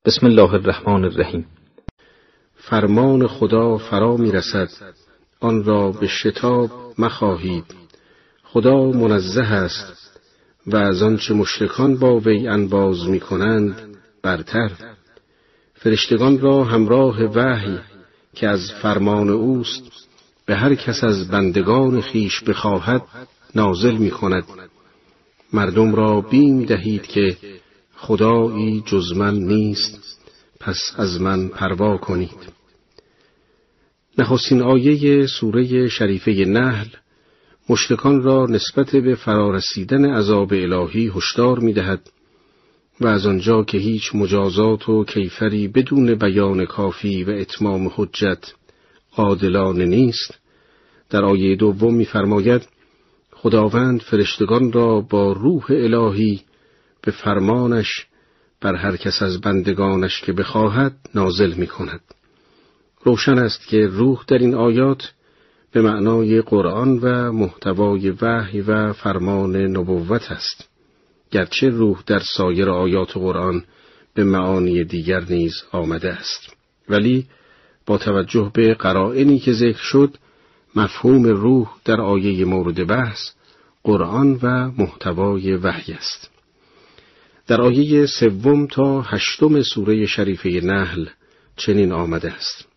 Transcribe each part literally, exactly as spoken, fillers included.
بسم الله الرحمن الرحیم. فرمان خدا فرا می رسد، آن را به شتاب مخواهید. خدا منزه است و از آنچه مشرکان با وی انباز می کنند برتر. فرشتگان را همراه وحی که از فرمان اوست به هر کس از بندگان خیش بخواهد نازل می کند. مردم را بیم دهید که خدایی جز من نیست، پس از من پروا کنید. نخستین آیه سوره شریفه نحل مشرکان را نسبت به فرارسیدن عذاب الهی هشدار می‌دهد و از آنجا که هیچ مجازات و کیفری بدون بیان کافی و اتمام حجت عادلانه نیست، در آیه دوم می‌فرماید خداوند فرشتگان را با روح الهی به فرمانش بر هر کس از بندگانش که بخواهد نازل می کند. روشن است که روح در این آیات به معنای قرآن و محتوای وحی و فرمان نبوت است، گرچه روح در سایر آیات قرآن به معانی دیگر نیز آمده است، ولی با توجه به قرائنی که ذکر شد مفهوم روح در آیه مورد بحث قرآن و محتوای وحی است. در آیه سوم تا هشتم سوره شریفه نحل چنین آمده است: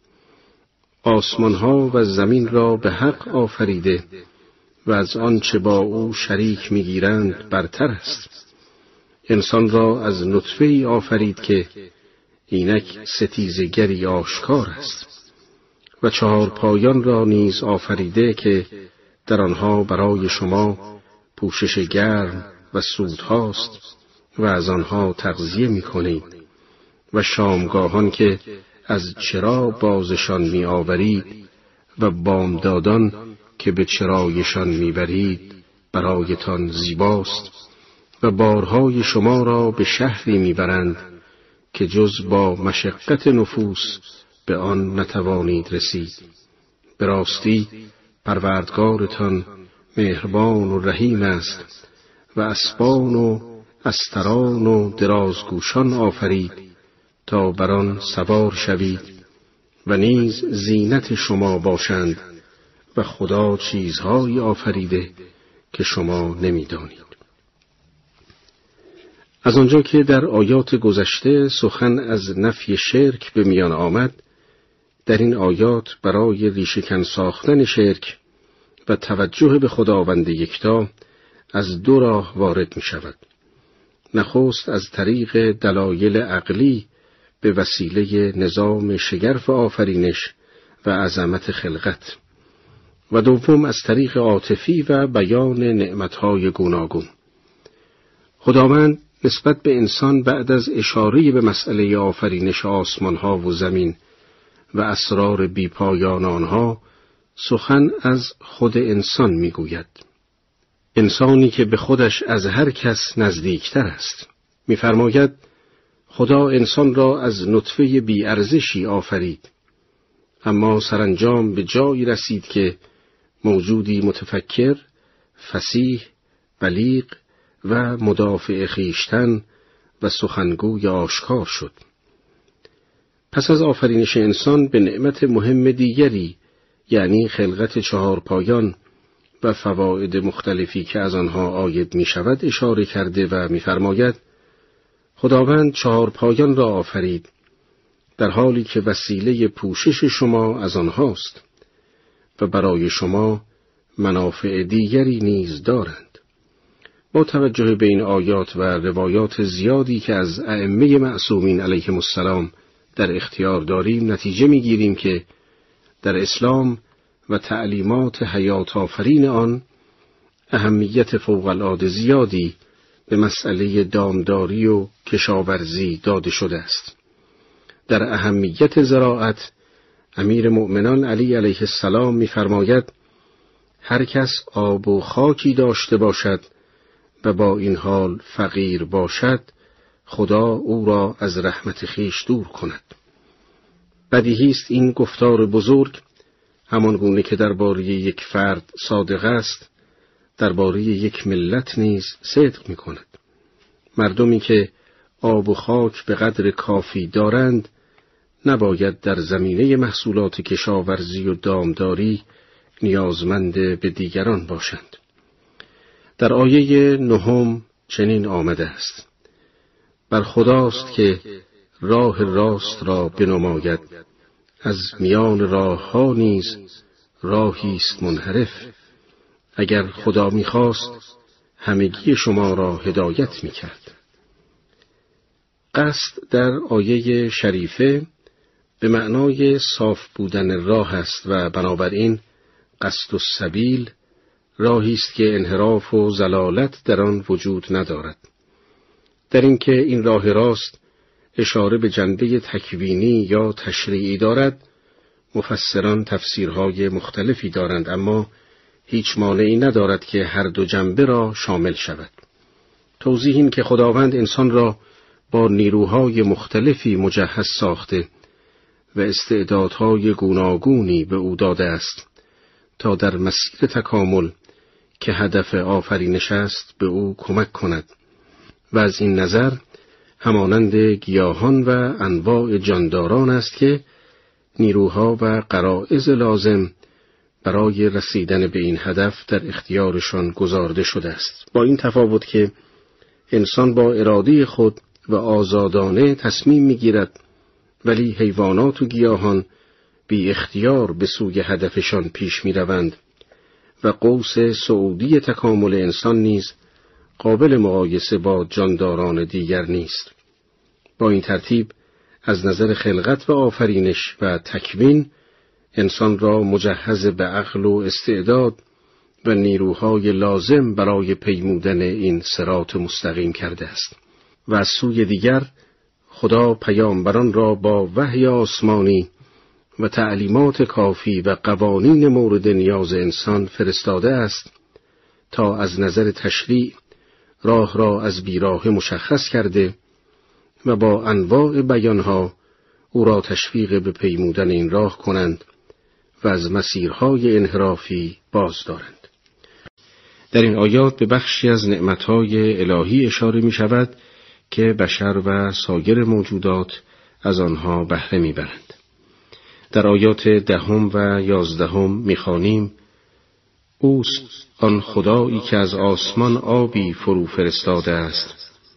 آسمانها و زمین را به حق آفریده و از آنچه با او شریک می‌گیرند برتر است. انسان را از نطفه‌ای آفرید که اینک ستیزگری آشکار است و چهار پایان را نیز آفریده که در آنها برای شما پوشش گرم و سودهاست و از آنها تغذیه می کنید و شامگاهان که از چرا بازشان می آورید و بامدادان که به چرایشان می برید برایتان زیباست و بارهای شما را به شهری می برند که جز با مشقت نفوس به آن نتوانید رسید. به راستی پروردگارتان مهربان و رحیم است و اسبان و استران و درازگوشان آفرید تا بر آن سوار شوید و نیز زینت شما باشند و خدا چیزهایی آفریده که شما نمی‌دانید. از آنجا که در آیات گذشته سخن از نفی شرک به میان آمد، در این آیات برای ریشه‌کن ساختن شرک و توجه به خداوند یکتا از دو راه وارد می شود. نخست از طریق دلایل عقلی به وسیله نظام شگرف آفرینش و عظمت خلقت، و دوم از طریق عاطفی و بیان نعمتهای گوناگون. خداوند نسبت به انسان بعد از اشاره به مسئله آفرینش آسمانها و زمین و اسرار بیپایان آنها سخن از خود انسان میگوید. انسانی که به خودش از هر کس نزدیکتر است. می‌فرماید خدا انسان را از نطفه بی ارزشی آفرید، اما سرانجام به جایی رسید که موجودی متفکر، فصیح، بلیغ و مدافع خویشتن و سخنگوی آشکار شد. پس از آفرینش انسان به نعمت مهم دیگری، یعنی خلقت چهار پایان و فواید مختلفی که از آنها عاید می شود اشاره کرده و می فرماید خداوند چهار پایان را آفرید در حالی که وسیله پوشش شما از آنهاست و برای شما منافع دیگری نیز دارند. با توجه به این آیات و روایات زیادی که از ائمه معصومین علیهم السلام در اختیار داریم نتیجه می گیریم که در اسلام و تعلیمات حیات آفرین آن اهمیت فوق العاده زیادی به مسئله دامداری و کشاورزی داده شده است. در اهمیت زراعت امیر مؤمنان علی علیه السلام می‌فرماید هر کس آب و خاکی داشته باشد و با این حال فقیر باشد خدا او را از رحمت خویش دور کند. بدیهی است این گفتار بزرگ همان گونه که درباره یک فرد صادق است درباره یک ملت نیز صدق می کند. مردمی که آب و خاک به قدر کافی دارند، نباید در زمینه محصولات کشاورزی و دامداری نیازمند به دیگران باشند. در آیه نهم چنین آمده است: بر خداست که راه راست را بنماید، از میان راه ها نیز راهی است منحرف. اگر خدا می‌خواست همگی شما را هدایت می‌کرد. قصد در آیه شریفه به معنای صاف بودن راه است و بنابراین قصد السبیل راهی است که انحراف و ضلالت در آن وجود ندارد. در این که این راه راست اشاره به جنبه تکوینی یا تشریعی دارد، مفسران تفسیرهای مختلفی دارند، اما هیچ مانعی ندارد که هر دو جنبه را شامل شود. توضیح این که خداوند انسان را با نیروهای مختلفی مجهز ساخته و استعدادهای گوناگونی به او داده است تا در مسیر تکامل که هدف آفرینش است به او کمک کند و از این نظر همانند گیاهان و انواع جانداران است که نیروها و غرایز لازم برای رسیدن به این هدف در اختیارشان گذارده شده است. با این تفاوت که انسان با اراده خود و آزادانه تصمیم می‌گیرد، ولی حیوانات و گیاهان بی اختیار به سوی هدفشان پیش می‌روند و قوس صعودی تکامل انسان نیز قابل مقایسه با جانداران دیگر نیست. با این ترتیب از نظر خلقت و آفرینش و تکوین انسان را مجهز به عقل و استعداد و نیروهای لازم برای پیمودن این صراط مستقیم کرده است. و از سوی دیگر خدا پیامبران را با وحی آسمانی و تعلیمات کافی و قوانین مورد نیاز انسان فرستاده است تا از نظر تشریع راه را از بیراه مشخص کرده و با انواع بیانها او را تشویق به پیمودن این راه کنند و از مسیرهای انحرافی باز دارند. در این آیات به بخشی از نعمتهای الهی اشاره می شود که بشر و سایر موجودات از آنها بهره می برند. در آیات دهم و یازدهم می خوانیم: اوست آن خدایی که از آسمان آبی فرو فرستاده است،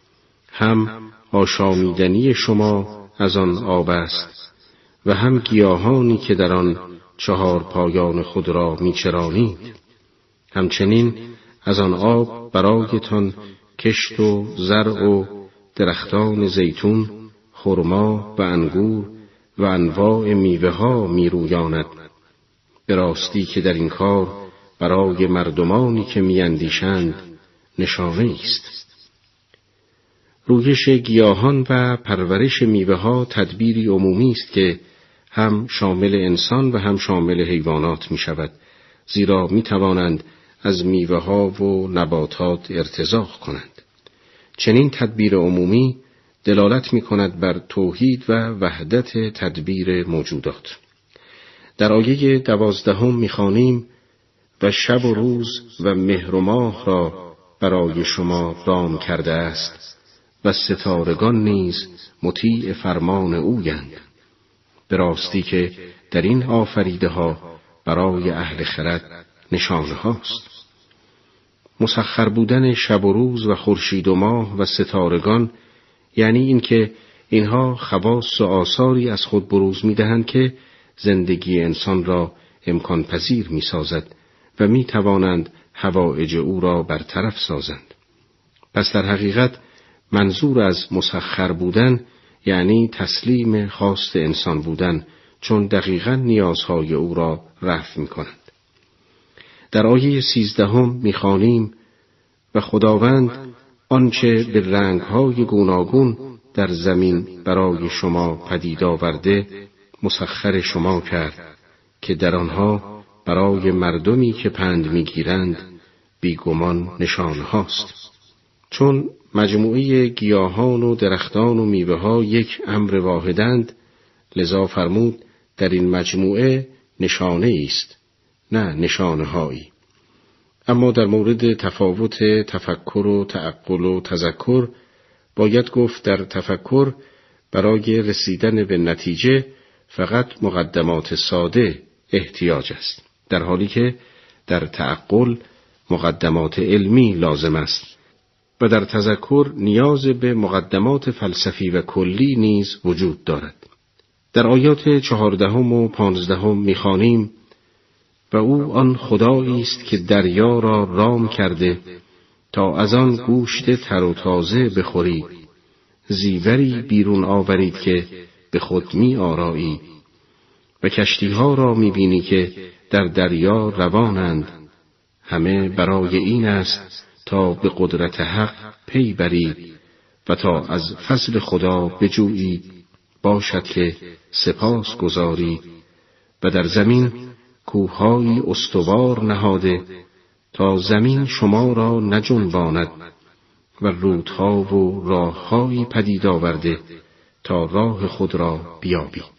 هم آشامیدنی شما از آن آب است و هم گیاهانی که در آن چهار پایان خود را میچرانید. همچنین از آن آب برایتان کشت و زرع و درختان زیتون، خرما و انگور و انواع میوه ها می رویاند. به راستی که در این کار برای مردمانی که می اندیشند نشانه است. رویش گیاهان و پرورش میوه ها تدبیری عمومی است که هم شامل انسان و هم شامل حیوانات می شود، زیرا می توانند از میوه ها و نباتات ارتزاق کنند. چنین تدبیر عمومی دلالت می کند بر توحید و وحدت تدبیر موجودات. در آیه دوازدهم می خوانیم: و شب و روز و مهر و ماه را برای شما دام کرده است و ستارگان نیز مطیع فرمان اویند. به راستی که در این آفریده ها برای اهل خرد نشانه هاست. مسخر بودن شب و روز و خورشید و ماه و ستارگان یعنی این که اینها خواص و آثاری از خود بروز می دهند که زندگی انسان را امکان پذیر می سازد و می توانند حوائج او را برطرف سازند. پس در حقیقت منظور از مسخر بودن یعنی تسلیم خواست انسان بودن، چون دقیقاً نیازهای او را رفع می کنند. در آیه سیزدهم می خوانیم: و خداوند آنچه به رنگهای گوناگون در زمین برای شما پدید آورده مسخر شما کرد که در آنها برای مردمی که پند میگیرند بیگمان نشانه هاست. چون مجموعه گیاهان و درختان و میوه ها یک امر واحدند، لذا فرمود در این مجموعه نشانه است، نه نشانه هایی. اما در مورد تفاوت تفکر و تعقل و تذکر باید گفت در تفکر برای رسیدن به نتیجه فقط مقدمات ساده احتیاج است، در حالی که در تعقل مقدمات علمی لازم است و در تذکر نیاز به مقدمات فلسفی و کلی نیز وجود دارد. در آیات چهاردهم و پانزدهم می‌خوانیم: و او آن خدایی است که دریا را رام کرده تا از آن گوشت تر و تازه بخورید، زیوری بیرون آورید که به خود می آرایید و کشتی‌ها را می‌بینی که در دریا روانند، همه برای این است تا به قدرت حق پی برید و تا از فضل خدا بجویید، باشد که سپاس گزارید. و در زمین کوه‌های استوار نهاده تا زمین شما را نجنباند و رودها و راه‌هایی پدید آورده تا راه خود را بیابید.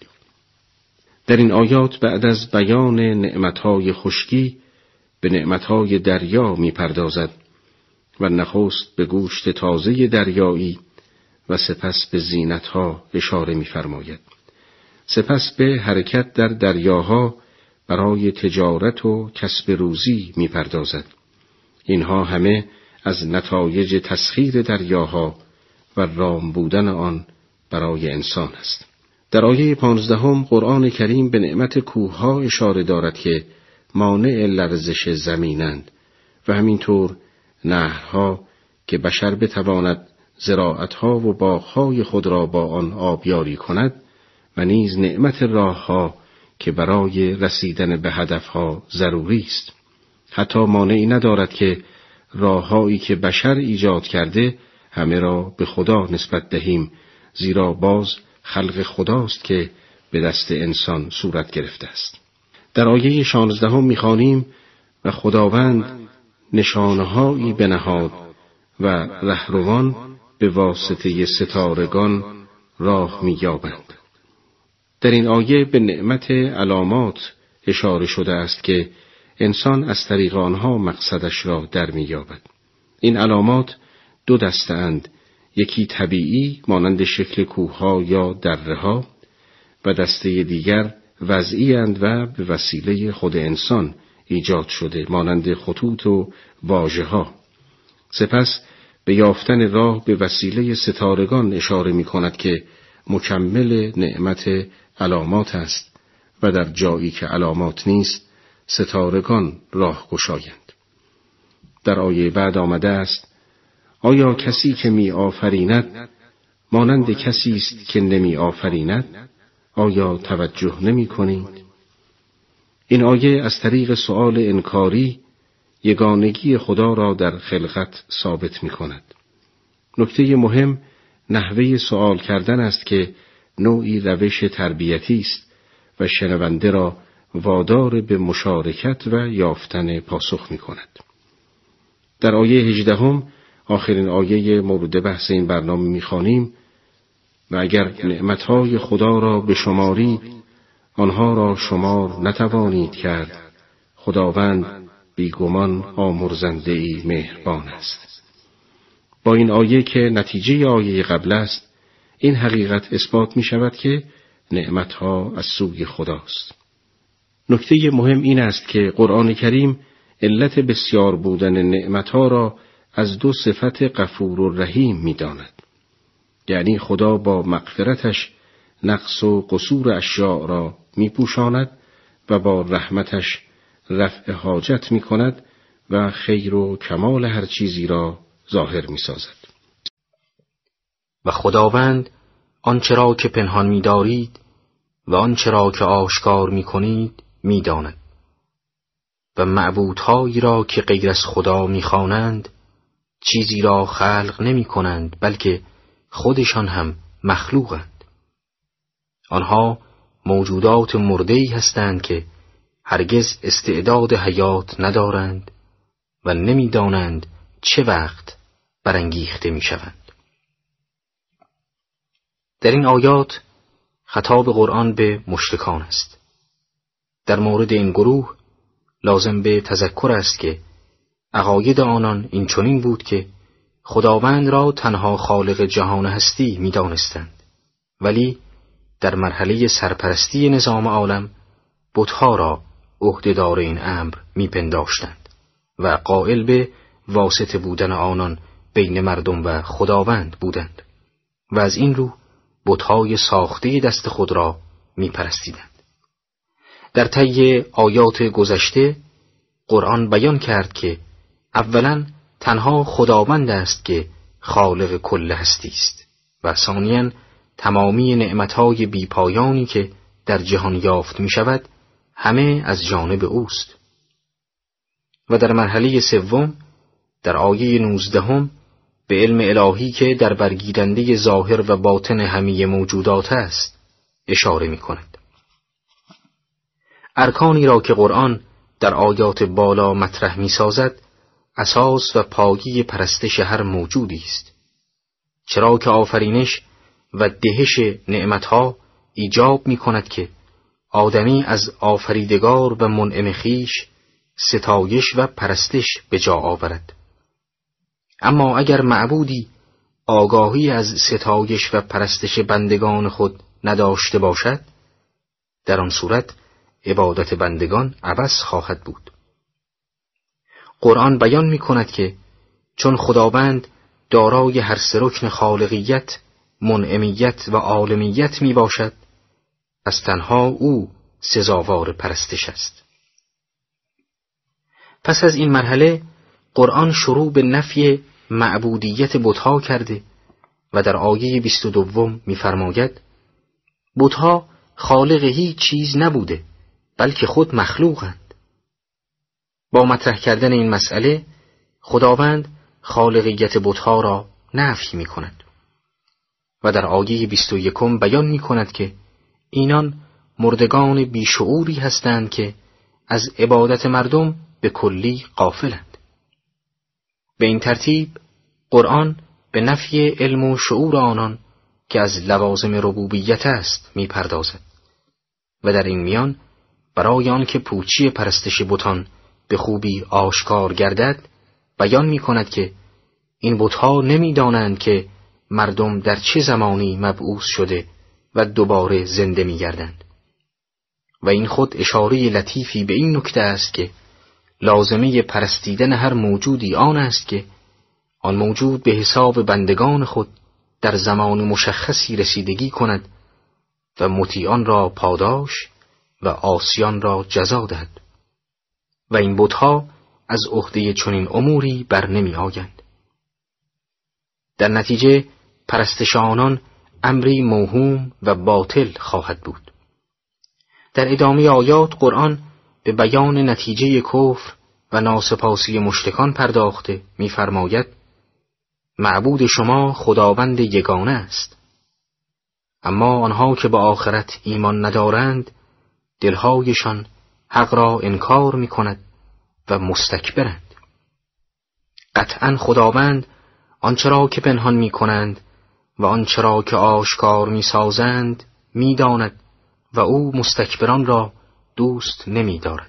در این آیات بعد از بیان نعمت‌های خشکی به نعمت‌های دریا می‌پردازد و نخست به گوشت تازه دریایی و سپس به زینت‌ها اشاره می‌فرماید. سپس به حرکت در دریاها برای تجارت و کسب روزی می‌پردازد. اینها همه از نتایج تسخیر دریاها و رام بودن آن برای انسان است. در آیه پانزدهم قرآن کریم به نعمت کوه‌ها اشاره دارد که مانع لرزش زمینند و همینطور نهرها که بشر بتواند زراعتها و باغهای خود را با آن آبیاری کند و نیز نعمت راهها که برای رسیدن به هدفها ضروری است. حتی مانعی ندارد که راههایی که بشر ایجاد کرده همه را به خدا نسبت دهیم، زیرا باز خلق خداست که به دست انسان صورت گرفته است. در آیه شانزدهم می‌خوانیم: و خداوند نشانه‌هایی بنهاد و رهروان به واسطه ستارگان راه می‌یابند. در این آیه به نعمت علامات اشاره شده است که انسان از طریق آنها مقصدش را در می‌یابد. این علامات دو دسته اند: یکی طبیعی مانند شکل کوه‌ها یا دره‌ها و دسته دیگر وضعی اند و به وسیله خود انسان ایجاد شده مانند خطوط و واژه‌ها. سپس به یافتن راه به وسیله ستارگان اشاره می‌کند که مکمل نعمت علامات است و در جایی که علامات نیست ستارگان راه گشایند. در آیه بعد آمده است: آیا کسی که می آفریند مانند کسی است که نمی آفریند؟ آیا توجه نمی کنید؟ این آیه از طریق سؤال انکاری یگانگی خدا را در خلقت ثابت می کند. نکته مهم نحوه سؤال کردن است که نوعی روش تربیتی است و شنونده را وادار به مشارکت و یافتن پاسخ می کند. در آیه هجدهم آخرین آیه مورد بحث این برنامه می‌خوانیم: و اگر نعمتهای خدا را بشمارید آنها را شمار نتوانید کرد، خداوند بیگمان آمرزنده‌ای مهربان است. با این آیه که نتیجه آیه قبل است، این حقیقت اثبات می شود که نعمتها از سوی خداست. نکته مهم این است که قرآن کریم علت بسیار بودن نعمتها را از دو صفت غفور و رحیم می داند. یعنی خدا با مغفرتش نقص و قصور اشیاء را می پوشاند و با رحمتش رفع حاجت می کند و خیر و کمال هر چیزی را ظاهر می سازد. و خداوند آنچه را که پنهان می دارید و آنچه را که آشکار می کنید می داند. و معبودهایی را که غیر از خدا می خوانند چیزی را خلق نمی کنند، بلکه خودشان هم مخلوقند. آنها موجودات مرده‌ای هستند که هرگز استعداد حیات ندارند و نمی دانند چه وقت برانگیخته می شوند. در این آیات خطاب قرآن به مشرکان است. در مورد این گروه لازم به تذکر است که عقاید آنان این چنین بود که خداوند را تنها خالق جهان هستی می دانستند، ولی در مرحله سرپرستی نظام عالم بتها را عهده‌دار این امر می پنداشتند و قائل به واسطه بودن آنان بین مردم و خداوند بودند و از این رو بتهای ساخته دست خود را می پرستیدند. در طی آیات گذشته قرآن بیان کرد که اولاً تنها خداوند است که خالق کل هستی است و ثانیاً تمامی نعمتهای بیپایانی که در جهان یافت می شود همه از جانب اوست. و در مرحله سوم در آیه نوزدهم به علم الهی که در برگیرنده ظاهر و باطن همه موجودات است اشاره می کند. ارکانی را که قرآن در آیات بالا مطرح می سازد اساس و پایه پرستش هر موجودی است، چرا که آفرینش و دهش نعمتها ایجاب می کند که آدمی از آفریدگار و منعم خویش ستایش و پرستش به جا آورد. اما اگر معبودی آگاهی از ستایش و پرستش بندگان خود نداشته باشد، در آن صورت عبادت بندگان عبث خواهد بود. قرآن بیان می کند که چون خداوند دارای هر سه رکن خالقیت، منعمیت و عالمیت می باشد، از تنها او سزاوار پرستش است. پس از این مرحله قرآن شروع به نفی معبودیت بتها کرده و در آیه بیست و دوم می فرماید بتها خالق هیچ چیز نبوده بلکه خود مخلوقند. با مطرح کردن این مسئله خداوند خالقیت بتها را نفی می کند و در آیه بیست و یکم بیان می کند که اینان مردگان بیشعوری هستند که از عبادت مردم به کلی غافلند. به این ترتیب قرآن به نفی علم و شعور آنان که از لوازم ربوبیت است می پردازد و در این میان برای آن که پوچی پرستش بتان به خوبی آشکار گردد بیان می کند که این بتها نمی دانند که مردم در چه زمانی مبعوث شده و دوباره زنده می گردند. و این خود اشاره لطیفی به این نکته است که لازمه پرستیدن هر موجودی آن است که آن موجود به حساب بندگان خود در زمان مشخصی رسیدگی کند و مطیعان را پاداش و عاصیان را جزا دهد و این بتها از عهده چنین اموری بر نمی آیند. در نتیجه پرستش آنان امری موهوم و باطل خواهد بود. در ادامه آیات قرآن به بیان نتیجه کفر و ناسپاسی مشرکان پرداخته می‌فرماید معبود شما خداوند یگانه است، اما آنها که به آخرت ایمان ندارند دلهایشان حق را انکار می‌کند و مستکبرند. قطعاً خداوند آنچه را که پنهان می‌کنند و آنچه را که آشکار می‌سازند می‌داند و او مستکبران را دوست نمی‌دارد.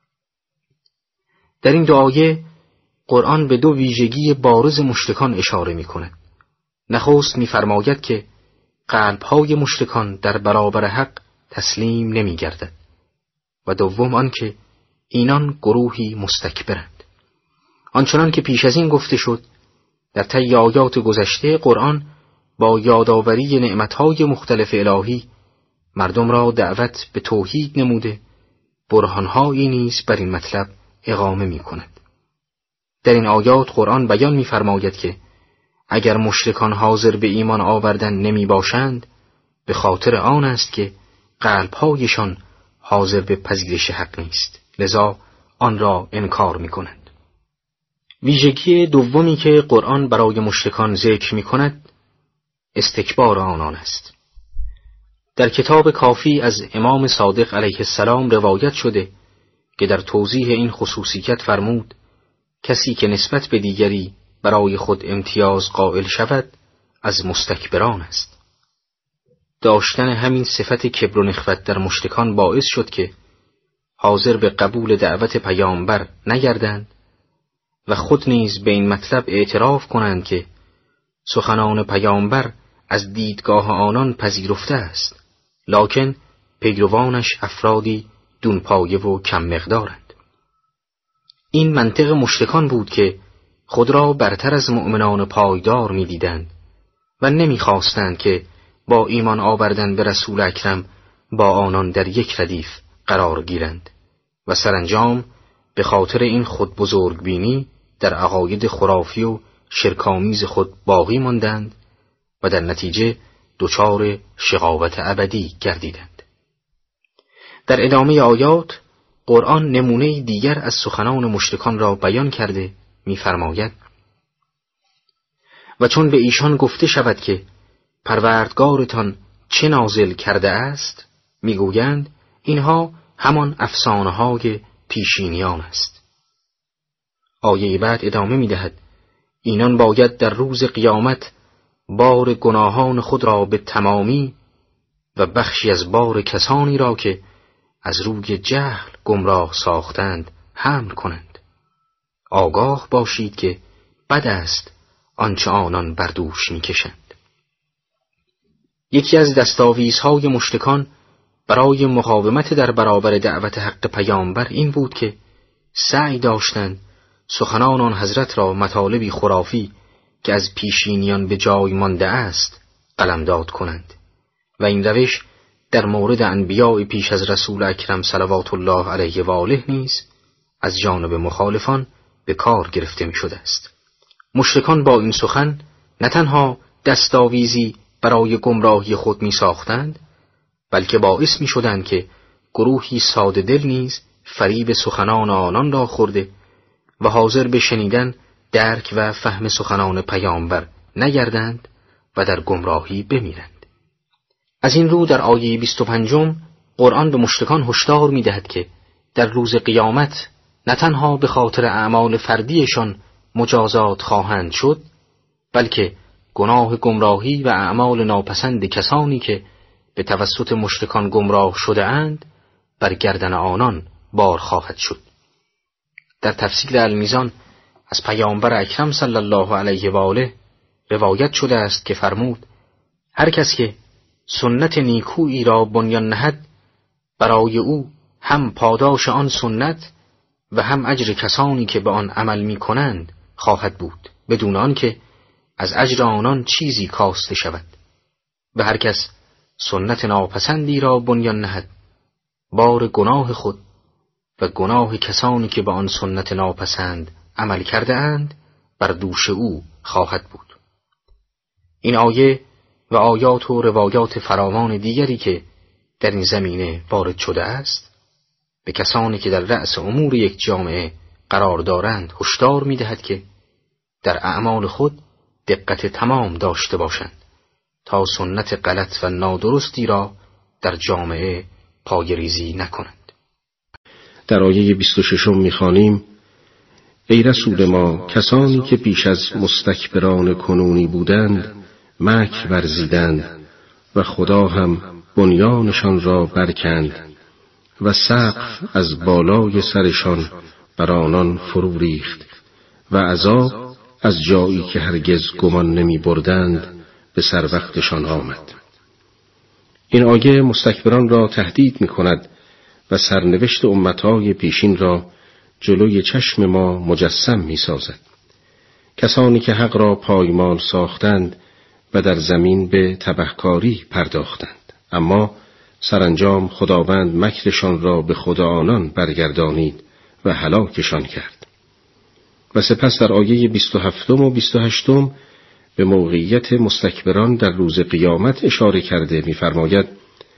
در این دو آیه قرآن به دو ویژگی بارز مشرکان اشاره می‌کند. نخست می‌فرماید که قلب‌های مشرکان در برابر حق تسلیم نمی‌گردد و دوم آنکه اینان گروهی مستکبرند. آنچنان که پیش از این گفته شد در طی آیات گذشته قرآن با یادآوری نعمت‌های مختلف الهی مردم را دعوت به توحید نموده، برهان‌هایی نیز بر این مطلب اقامه می‌کند. در این آیات قرآن بیان می‌فرماید که اگر مشرکان حاضر به ایمان آوردن نمی باشند به خاطر آن است که قلب‌هایشان حاضر به پذیرش حق نیست، لذا آن را انکار می‌کنند. ویژگی دومی که قرآن برای مشرکان ذکر می‌کند استکبار آنان است. در کتاب کافی از امام صادق علیه السلام روایت شده که در توضیح این خصوصیت فرمود کسی که نسبت به دیگری برای خود امتیاز قائل شود از مستکبران است. داشتن همین صفت کبر و نخوت در مشرکان باعث شد که حاضر به قبول دعوت پیامبر نگردند و خود نیز به این مطلب اعتراف کنند که سخنان پیامبر از دیدگاه آنان پذیرفته است، لکن پیروانش افرادی دونپایه و کم مقدارند. این منطق مشرکان بود که خود را برتر از مؤمنان پایدار می دیدند و نمی خواستند که با ایمان آوردن به رسول اکرم با آنان در یک ردیف قرار گیرند و سرانجام به خاطر این خود بزرگ بینی در عقاید خرافی و شرکامیز خود باقی ماندند و در نتیجه دچار شقاوت ابدی گردیدند. در ادامه آیات قرآن نمونه دیگر از سخنان مشرکان را بیان کرده می‌فرماید: و چون به ایشان گفته شود که پروردگارتان چه نازل کرده است، میگویند اینها همان افسانه‌های پیشینیان است. آیه بعد ادامه می‌دهد: اینان باید در روز قیامت بار گناهان خود را به تمامی و بخشی از بار کسانی را که از روی جهل گمراه ساختند حمل کنند. آگاه باشید که بد است آنچه آنان بر دوش می‌کشند. یکی از دستاویزهای مشرکان برای مقاومت در برابر دعوت حق پیامبر این بود که سعی داشتند سخنان آن حضرت را مطالبی خرافی که از پیشینیان به جای مانده است قلمداد کنند و این روش در مورد انبیاء پیش از رسول اکرم صلوات الله علیه و آله نیز از جانب مخالفان به کار گرفته می شده است. مشرکان با این سخن نه تنها دستاویزی برای گمراهی خود می ساختند، بلکه باعث می شدند که گروهی ساده دل نیز فریب سخنان آنان را خورده و حاضر به شنیدن، درک و فهم سخنان پیامبر نگردند و در گمراهی بمیرند. از این رو در آیه بیست و پنجم قرآن به مشرکان هشدار می دهد که در روز قیامت نه تنها به خاطر اعمال فردیشان مجازات خواهند شد، بلکه گناه گمراهی و اعمال ناپسند کسانی که به توسط مشرکان گمراه شده اند بر گردن آنان بار خواهد شد. در تفسیر المیزان از پیامبر اکرم صلی الله علیه و آله روایت شده است که فرمود: هر کس که سنت نیکویی را بنیان نهد، برای او هم پاداش آن سنت و هم اجر کسانی که به آن عمل می کنند خواهد بود، بدون آن که از اجر آنان چیزی کاسته شود. و هر کس سنت ناپسندی را بنیان نهد، بار گناه خود و گناه کسانی که به آن سنت ناپسند عمل کرده اند بر دوش او خواهد بود. این آیه و آیات و روایات فراوان دیگری که در این زمینه وارد شده است به کسانی که در رأس امور یک جامعه قرار دارند هشدار می‌دهد که در اعمال خود دقت تمام داشته باشند تا سنت غلط و نادرستی را در جامعه پایه‌ریزی نکنند. در آیه بیست و شش می‌خوانیم: ای رسول ما، کسانی که پیش از مستکبران کنونی بودند مکر ورزیدند و خدا هم بنیانشان را برکند و سقف از بالای سرشان بر آنان فرو ریخت و عذاب از جایی که هرگز گمان نمی بردند به سر وقتشان آمد. این آیه مستکبران را تهدید می کند و سرنوشت امتهای پیشین را جلوی چشم ما مجسم می سازد. کسانی که حق را پایمال ساختند و در زمین به تبهکاری پرداختند، اما سرانجام خداوند مکرشان را به خود آنان برگردانید و هلاکشان کرد. و سپس در آیه بیست و هفت و بیست و هشت به موقعیت مستکبران در روز قیامت اشاره کرده می‌فرماید: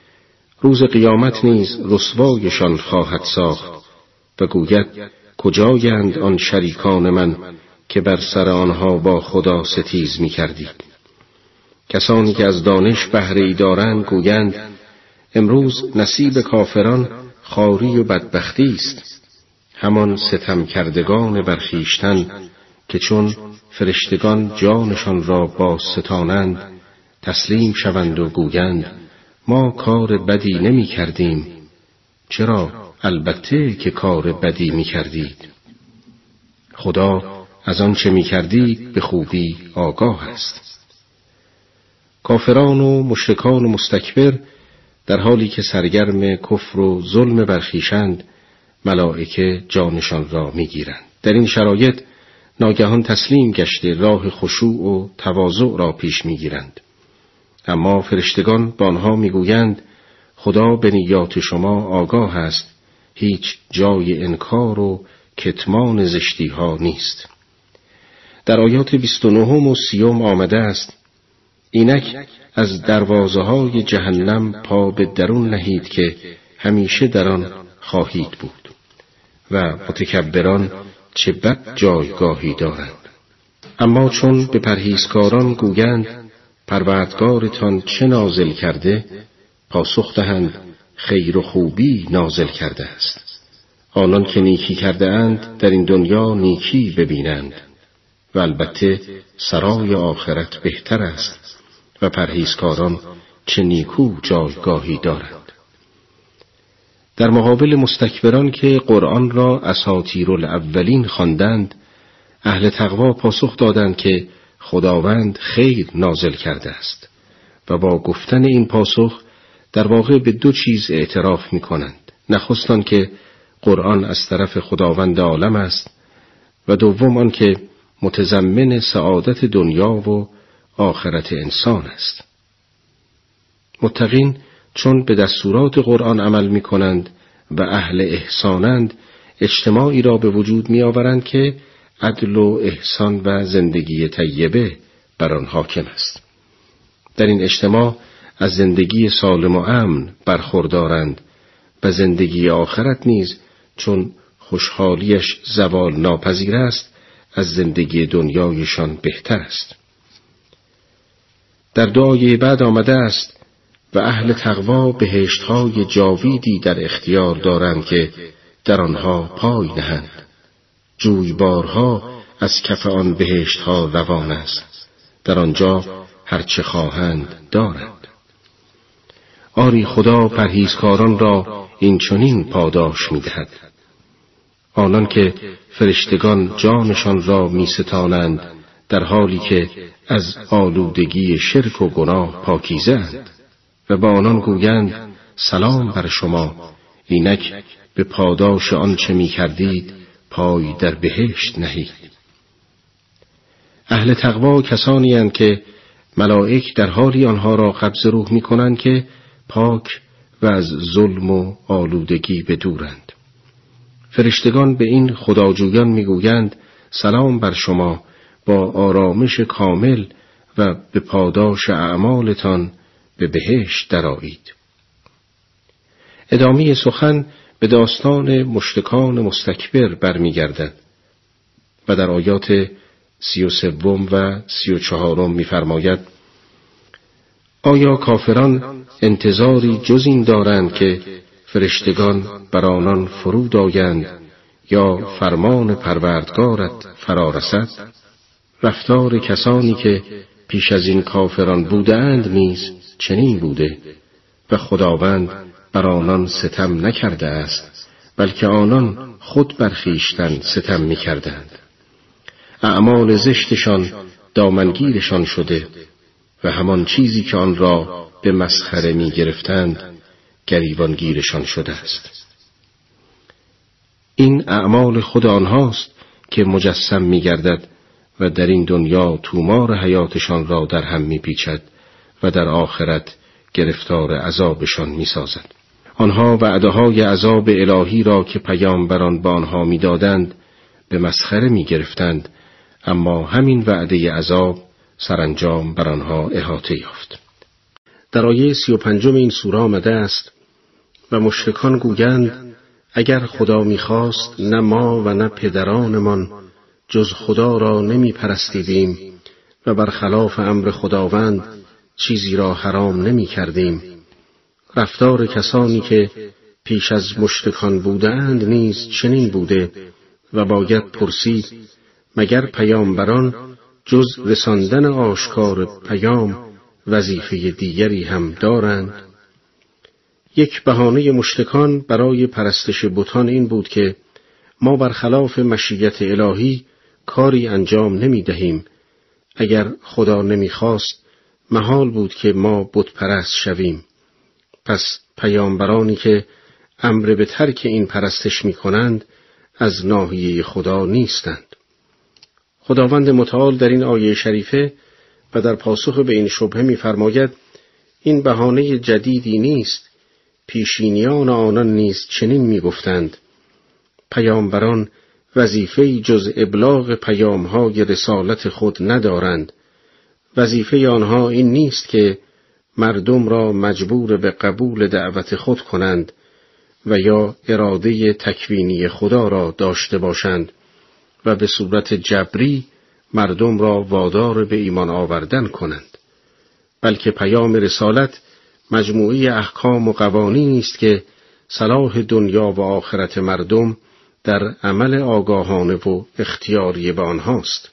روز قیامت نیز رسوایشان خواهد ساخت و گوید کجایند آن شریکان من که بر سر آنها با خدا ستیز می‌کردید. کسانی که از دانش بهره‌ای دارند گویند امروز نصیب کافران خواری و بدبختی است. همان ستم کردگان برخیشتن که چون فرشتگان جانشان را باز ستانند تسلیم شوند و گویند ما کار بدی نمی کردیم. چرا؟ البته که کار بدی می کردید. خدا از آن چه می کردید به خوبی آگاه است. کافران و مشرکان و مستکبر در حالی که سرگرم کفر و ظلم برخیشند، ملائکه جانشان را می گیرند. در این شرایط ناگهان تسلیم گشته راه خشوع و تواضع را پیش می گیرند. اما فرشتگان با آنها می گویند خدا به نیات شما آگاه است، هیچ جای انکار و کتمان زشتی ها نیست. در آیات بیست و نه و سی آمده است: اینک از دروازه های جهنم پا به درون نهید که همیشه در آن خواهید بود و متکبران چه بد جایگاهی دارند. اما چون به پرهیزکاران گویند پروردگارتان چه نازل کرده، پاسخ دهند خیر و خوبی نازل کرده است. آنان که نیکی کرده اند در این دنیا نیکی ببینند و البته سرای آخرت بهتر است و پرهیزکاران چه نیکو جایگاهی دارند. در مقابل مستکبران که قرآن را اساطیر الاولین خواندند، اهل تقوا پاسخ دادند که خداوند خیر نازل کرده است و با گفتن این پاسخ در واقع به دو چیز اعتراف می کنند. نخست آن که قرآن از طرف خداوند عالم است و دوم آن که متضمن سعادت دنیا و آخرت انسان است. متقین چون به دستورات قرآن عمل می کنند و اهل احسانند، اجتماعی را به وجود می آورند که عدل و احسان و زندگی طیبه بر آن حاکم است. در این اجتماع از زندگی سالم و امن برخوردارند و زندگی آخرت نیز چون خوشحالیش زوال ناپذیر است، از زندگی دنیایشان بهتر است. در دعای بعد آمده است: و اهل تقوا بهشت‌های جاویدی در اختیار دارند که در آنها پای نهند. جویبارها از کف آن بهشت‌ها روان است، در آنجا هر چه خواهند دارند. آری خدا پرهیزکاران را این چنین پاداش می‌دهد. آنان که فرشتگان جانشان را می‌ستانند در حالی که از آلودگی شرک و گناه پاکیزه اند و با آنان گویند سلام بر شما، اینک به پاداش آنچه می‌کردید پای در بهشت نهید. اهل تقوا کسانی اند که ملائک در حالی آنها را قبض روح می‌کنند که پاک و از ظلم و آلودگی بدورند. فرشتگان به این خداجویان می‌گویند سلام بر شما، با آرامش کامل و به پاداش اعمالتان به بهشت درآیید. ادامه سخن به داستان مشرکان مستکبر برمیگردد و در آیات سی و سوم و سی و چهارم می‌فرماید: آیا کافران انتظاری جز این دارند که فرشتگان بر آنان فرود آیند یا فرمان پروردگارت فرا رسد؟ رفتار کسانی که پیش از این کافران بودند نیز چنین بوده و خداوند بر آنان ستم نکرده است، بلکه آنان خود بر خویشتن ستم می‌کردند. اعمال زشتشان دامنگیرشان شده و همان چیزی که آن را به مسخره می‌گرفتند گریبانگیرشان شده است. این اعمال خود آنهاست که مجسم می‌گردد و در این دنیا تومار حیاتشان را در هم می‌پیچد و در آخرت گرفتار عذابشان می‌سازد. آنها وعده‌های عذاب الهی را که پیامبران به آنها می‌دادند به مسخره می‌گرفتند، اما همین وعده عذاب سرانجام بر آنها احاطه یافت. در آیه سی و پنجم این سوره آمده است: و مشرکان گویند اگر خدا می‌خواست نه ما و نه پدرانمان جز خدا را نمی پرستیدیم و برخلاف امر خداوند چیزی را حرام نمی کردیم. رفتار کسانی که پیش از مشرکان بودند نیز چنین بوده و باید پرسید مگر پیامبران جز رساندن آشکار پیام وظیفه دیگری هم دارند؟ یک بهانه مشرکان برای پرستش بتان این بود که ما برخلاف مشیت الهی کاری انجام نمی دهیم. اگر خدا نمی خواست محال بود که ما بت پرست شویم. پس پیامبرانی که امر به ترک این پرستش می کنند از ناحیه خدا نیستند. خداوند متعال در این آیه شریفه و در پاسخ به این شبهه می فرماید این بهانه جدیدی نیست. پیشینیان آنان نیز چنین می گفتند. پیامبران وظیفه‌ای جز ابلاغ پیام‌های رسالت خود ندارند. وظیفه آنها این نیست که مردم را مجبور به قبول دعوت خود کنند و یا اراده تکوینی خدا را داشته باشند و به صورت جبری مردم را وادار به ایمان آوردن کنند، بلکه پیام رسالت مجموعه احکام و قوانینی است که صلاح دنیا و آخرت مردم در عمل آگاهانه و اختیاری به آنهاست.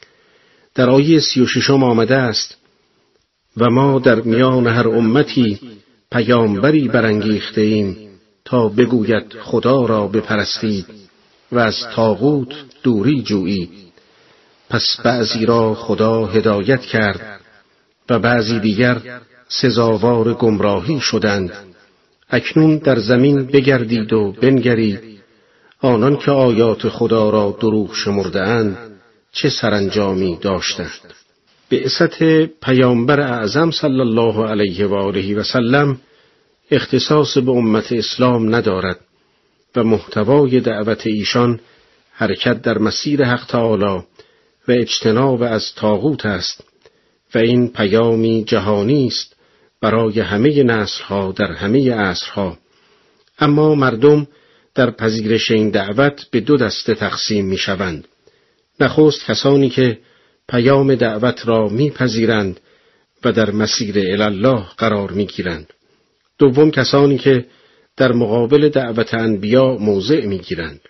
در آیه سی و ششم آمده است و ما در میان هر امتی پیامبری برانگیخته ایم تا بگوید خدا را بپرستید و از طاغوت دوری جویید. پس بعضی را خدا هدایت کرد و بعضی دیگر سزاوار گمراهی شدند. اکنون در زمین بگردید و بنگرید آنان که آیات خدا را دروغ شمرده‌اند چه سرانجامی داشتند. بعثت پیامبر اعظم صلی الله علیه و آله و سلم اختصاص به امت اسلام ندارد و محتوای دعوت ایشان حرکت در مسیر حق تعالی و اجتناب از طاغوت است و این پیامی جهانی است برای همه نسل‌ها در همه عصرها. اما مردم در پذیرش این دعوت به دو دسته تقسیم می‌شوند. نخست کسانی که پیام دعوت را می‌پذیرند و در مسیر الی الله قرار می‌گیرند. دوم کسانی که در مقابل دعوت انبیا موضع می‌گیرند.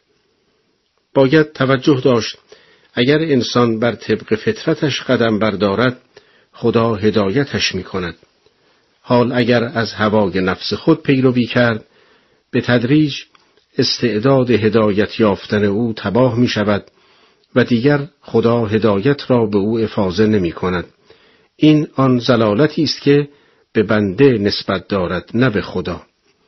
باید توجه داشت اگر انسان بر طبق فطرتش قدم بردارد خدا هدایتش می‌کند. حال اگر از هوای نفس خود پیروی کرد به تدریج استعداد هدایت یافتن او تباه می شود و دیگر خدا هدایت را به او افاضه نمی کند. این آن ضلالتی است که به بنده نسبت دارد نه به خدا.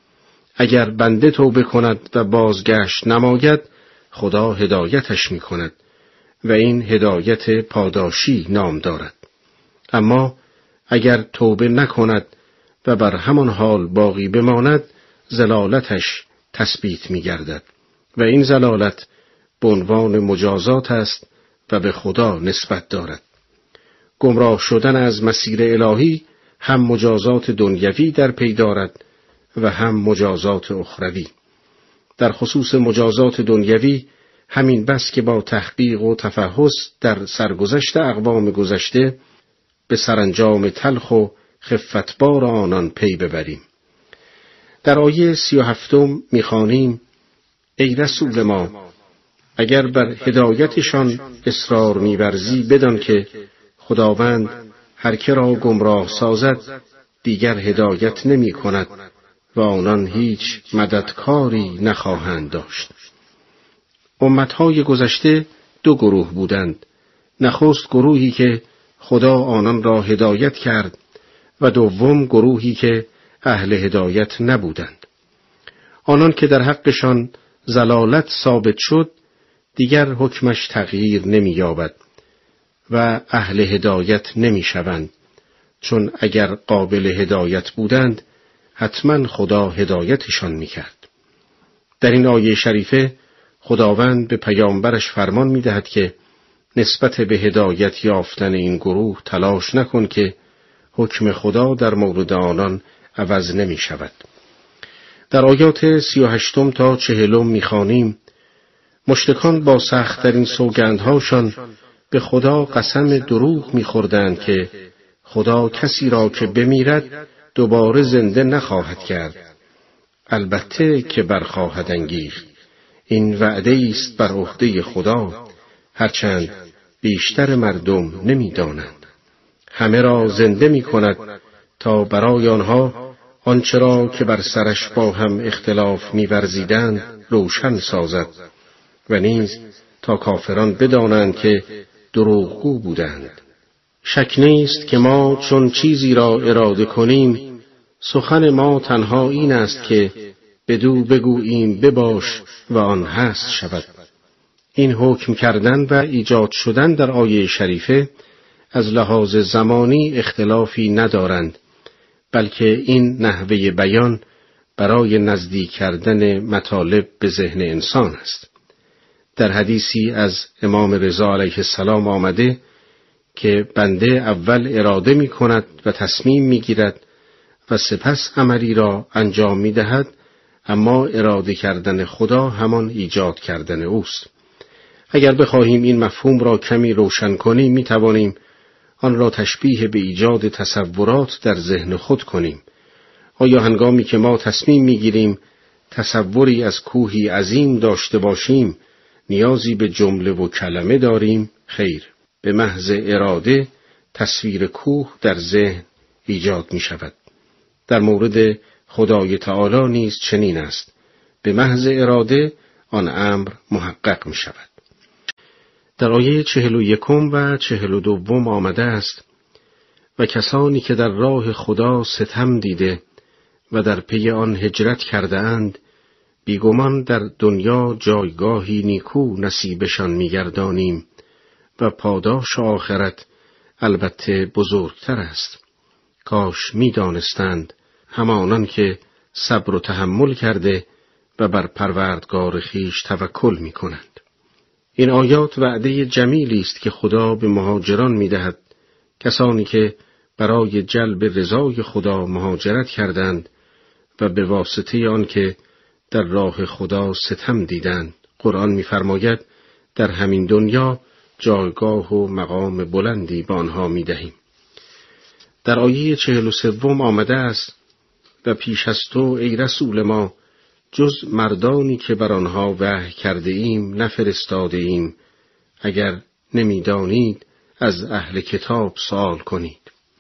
اگر بنده توبه کند و بازگشت نماید خدا هدایتش می کند و این هدایت پاداشی نام دارد. اما اگر توبه نکند و بر همان حال باقی بماند ضلالتش تثبیت می گردد و این ضلالت به عنوان مجازات است و به خدا نسبت دارد. گمراه شدن از مسیر الهی هم مجازات دنیوی در پی دارد و هم مجازات اخروی. در خصوص مجازات دنیوی همین بس که با تحقیق و تفحص در سرگذشت اقوام گذشته به سرانجام تلخ و خفتبار آنان پی ببریم. در آیه سی و هفتم می‌خوانیم ای رسول ما اگر بر هدایتشان اصرار می‌ورزی بدان که خداوند هر که را گمراه سازد دیگر هدایت نمی کند و آنان هیچ مددکاری نخواهند داشت. امتهای گذشته دو گروه بودند. نخست گروهی که خدا آنان را هدایت کرد و دوم گروهی که اهل هدایت نبودند. آنان که در حقشان ضلالت ثابت شد دیگر حکمش تغییر نمی یابد و اهل هدایت نمی شوند، چون اگر قابل هدایت بودند حتما خدا هدایتشان می کرد. در این آیه شریفه خداوند به پیامبرش فرمان می دهد که نسبت به هدایت یافتن این گروه تلاش نکن که حکم خدا در مورد آنان عوض نمی شود. در آیات سی و هشتم تا چهلم می خوانیم مشرکان با سخت‌ترین سوگندهاشان به خدا قسم دروغ می خوردند که خدا کسی را که بمیرد دوباره زنده نخواهد کرد. البته که برخواهد انگیخت. این وعده است بر عهده خدا، هرچند بیشتر مردم نمی دانند. همه را زنده می کند تا برای آنها آنچه را که بر سرش با هم اختلاف می ورزیدند روشن سازد و نیز تا کافران بدانند که دروغگو بودند. شک نیست که ما چون چیزی را اراده کنیم، سخن ما تنها این است که بدو بگوییم بباش و آن هست شود. این حکم کردن و ایجاد شدن در آیه شریفه از لحاظ زمانی اختلافی ندارند، بلکه این نحوه بیان برای نزدیک کردن مطالب به ذهن انسان است. در حدیثی از امام رضا علیه السلام آمده که بنده اول اراده می کند و تصمیم می گیرد و سپس عملی را انجام می دهد، اما اراده کردن خدا همان ایجاد کردن اوست. اگر بخواهیم این مفهوم را کمی روشن کنیم، می توانیم آن را تشبیه به ایجاد تصورات در ذهن خود کنیم. آیا هنگامی که ما تصمیم می گیریم تصوری از کوهی عظیم داشته باشیم، نیازی به جمله و کلمه داریم؟ خیر، به محض اراده تصویر کوه در ذهن ایجاد می شود. در مورد خدای تعالی نیز چنین است. به محض اراده آن امر محقق می شود. در آیه چهل و یکم و چهل و دوم آمده است: و کسانی که در راه خدا ستم دیده و در پی آن هجرت کرده اند، بیگمان در دنیا جایگاهی نیکو نصیبشان می‌گردانیم و پاداش آخرت البته بزرگتر است. کاش می‌دانستند همانان که صبر و تحمل کرده و بر پروردگار خویش توکل می‌کنند. این آیات وعده جمیلی است که خدا به مهاجران می‌دهد، کسانی که برای جلب رضای خدا مهاجرت کردند و به واسطه آن که در راه خدا ستم دیدند. قرآن می‌فرماید در همین دنیا جایگاه و مقام بلندی به آنها می‌دهیم. در آیه چهل و سوم آمده است: و پیش از تو ای رسول ما جز مردانی که بر آنها وحی کرده ایم نفرستاده ایم، اگر نمی‌دانید از اهل کتاب سوال کنید.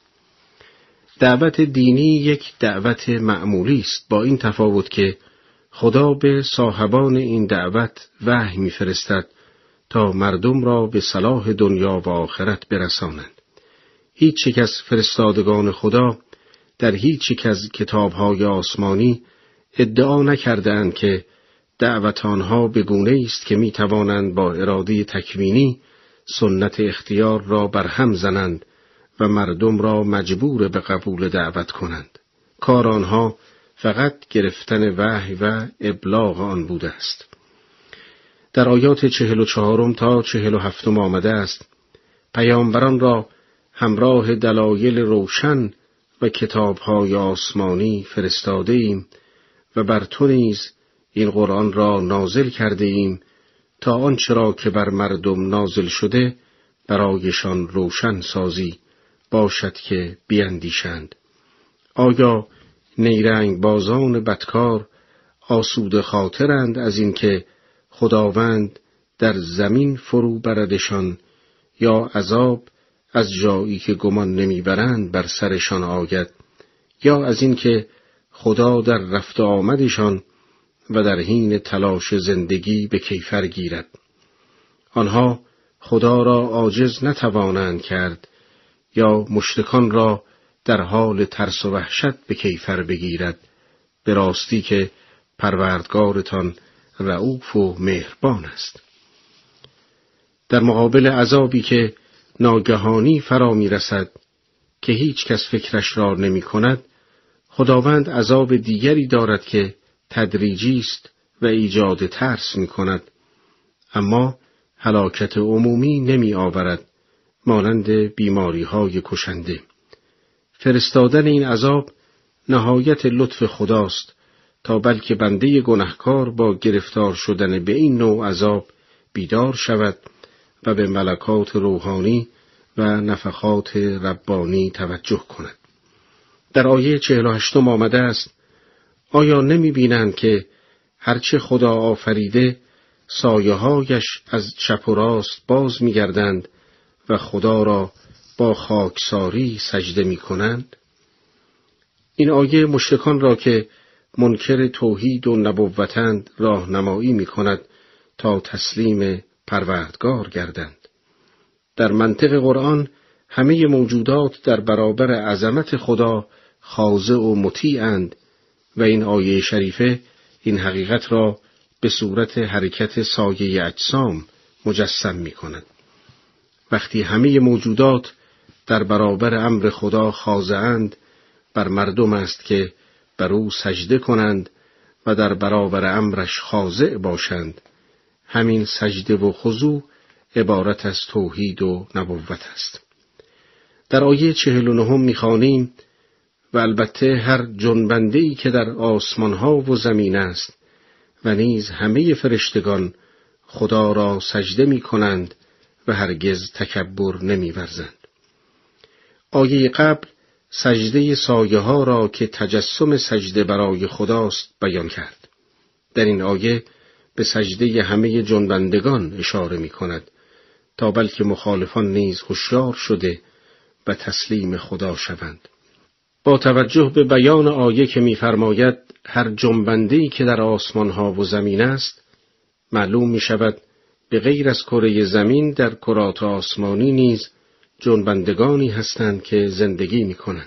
دعوت دینی یک دعوت معمولی است، با این تفاوت که خدا به صاحبان این دعوت وحی می‌فرستد تا مردم را به صلاح دنیا و آخرت برسانند. هیچ یک از فرستادگان خدا در هیچ یک از کتاب‌های آسمانی ادعا نکردند که دعوت آنها به گونه‌ای است که می‌توانند با اراده تکوینی سنت اختیار را برهم زنند و مردم را مجبور به قبول دعوت کنند. کار آنها فقط گرفتن وحی و ابلاغ آن بوده است. در آیات چهل و چهارم تا چهل و هفتم آمده است: پیامبران را همراه دلایل روشن و کتاب‌های آسمانی فرستاده ایم و بر تو نیز این قرآن را نازل کرده ایم تا آنچه را که بر مردم نازل شده برایشان روشن سازی، باشد که بیندیشند. آیا نیرنگ بازان بدکار آسوده خاطرند از این که خداوند در زمین فرو بردشان، یا عذاب از جایی که گمان نمیبرند بر سرشان آید، یا از این که خدا در رفت آمدشان و در حین تلاش زندگی به کیفر گیرد. آنها خدا را عاجز نتوانند کرد، یا مشرکان را در حال ترس و وحشت به کیفر بگیرد. به راستی که پروردگارتان رؤوف و مهربان است. در مقابل عذابی که ناگهانی فرا می رسد که هیچ کس فکرش را نمی کند، خداوند عذاب دیگری دارد که تدریجی است و ایجاد ترس می کند، اما هلاکت عمومی نمی آورد، مانند بیماری های کشنده. فرستادن این عذاب نهایت لطف خداست تا بلکه بنده گناهکار با گرفتار شدن به این نوع عذاب بیدار شود و به ملکات روحانی و نفخات ربانی توجه کند. در آیه چهل و هشتم آمده است: آیا نمی بینند که هرچه خدا آفریده سایه‌هایش از چپ و راست باز می گردند و خدا را با خاکساری سجده می کنند؟ این آیه مشرکان را که منکر توحید و نبوتند راهنمایی می کند تا تسلیم پروردگار گردند. در منطق قرآن همه موجودات در برابر عظمت خدا خاضع و مطیعند و این آیه شریفه این حقیقت را به صورت حرکت سایه اجسام مجسم می کند. وقتی همه موجودات در برابر امر خدا خاضعند، بر مردم است که بر او سجده کنند و در برابر امرش خاضع باشند. همین سجده و خضوع عبارت از توحید و نبوت است. در آیه چهل و نهم می‌خوانیم: و البته هر جنبنده‌ای که در آسمان‌ها و زمین است و نیز همه فرشتگان خدا را سجده می‌کنند و هرگز تکبر نمی‌ورزند. آیه قبل سجده سایه ها را که تجسم سجده برای خداست بیان کرد. در این آیه به سجده همه جنبندگان اشاره می‌کند تا بلکه مخالفان نیز هوشیار شده و تسلیم خدا شوند. با توجه به بیان آیه که می‌فرماید هر جنبنده‌ای که در آسمان‌ها و زمین است، معلوم می‌شود به غیر از کره زمین در کرات آسمانی نیز جنبندگانی هستند که زندگی می‌کنند.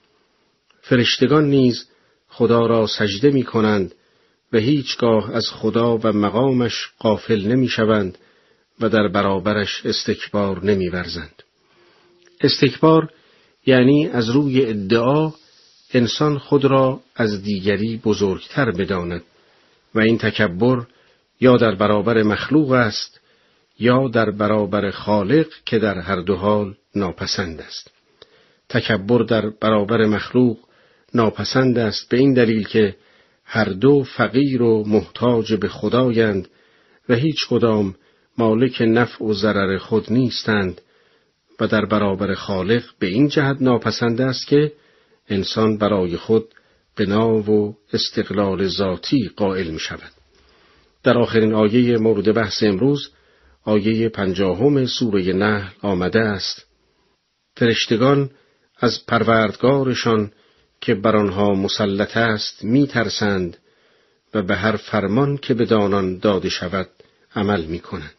فرشتگان نیز خدا را سجده می‌کنند و هیچگاه از خدا و مقامش غافل نمی‌شوند و در برابرش استکبار نمی‌ورزند. استکبار یعنی از روی ادعا انسان خود را از دیگری بزرگتر بداند و این تکبر یا در برابر مخلوق است یا در برابر خالق که در هر دو حال ناپسند است. تکبر در برابر مخلوق ناپسند است به این دلیل که هر دو فقیر و محتاج به خدایند و هیچ کدام مالک نفع و ضرر خود نیستند و در برابر خالق به این جهت ناپسند است که انسان برای خود غنا و استقلال ذاتی قائل می شود. در آخرین آیه مورد بحث امروز، آیه پنجاهم سوره نحل آمده است: فرشتگان از پروردگارشان که بر آنها مسلط است می ترسند و به هر فرمان که بدانان داده شود عمل می کنند.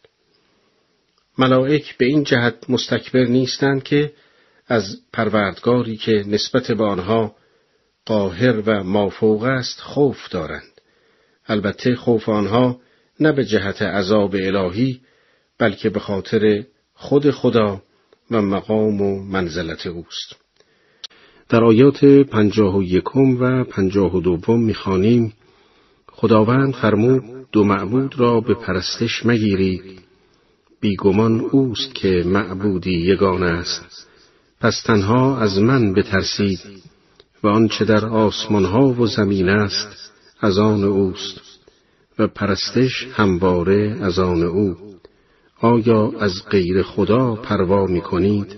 ملائک به این جهت مستکبر نیستند که از پروردگاری که نسبت به آنها قاهر و مافوق است خوف دارند. البته خوف آنها نه به جهت عذاب الهی بلکه به خاطر خود خدا و مقام و منزلت اوست. در آیات پنجاه و یکم و پنجاه و دوم می‌خوانیم: خداوند فرمود دو معبود را به پرستش مگیرید، بیگمان اوست که معبودی یگانه است. پس تنها از من بترسید و آنچه در آسمان‌ها و زمین است از آن اوست و پرستش همواره از آن او. آیا از غیر خدا پروا می‌کنید؟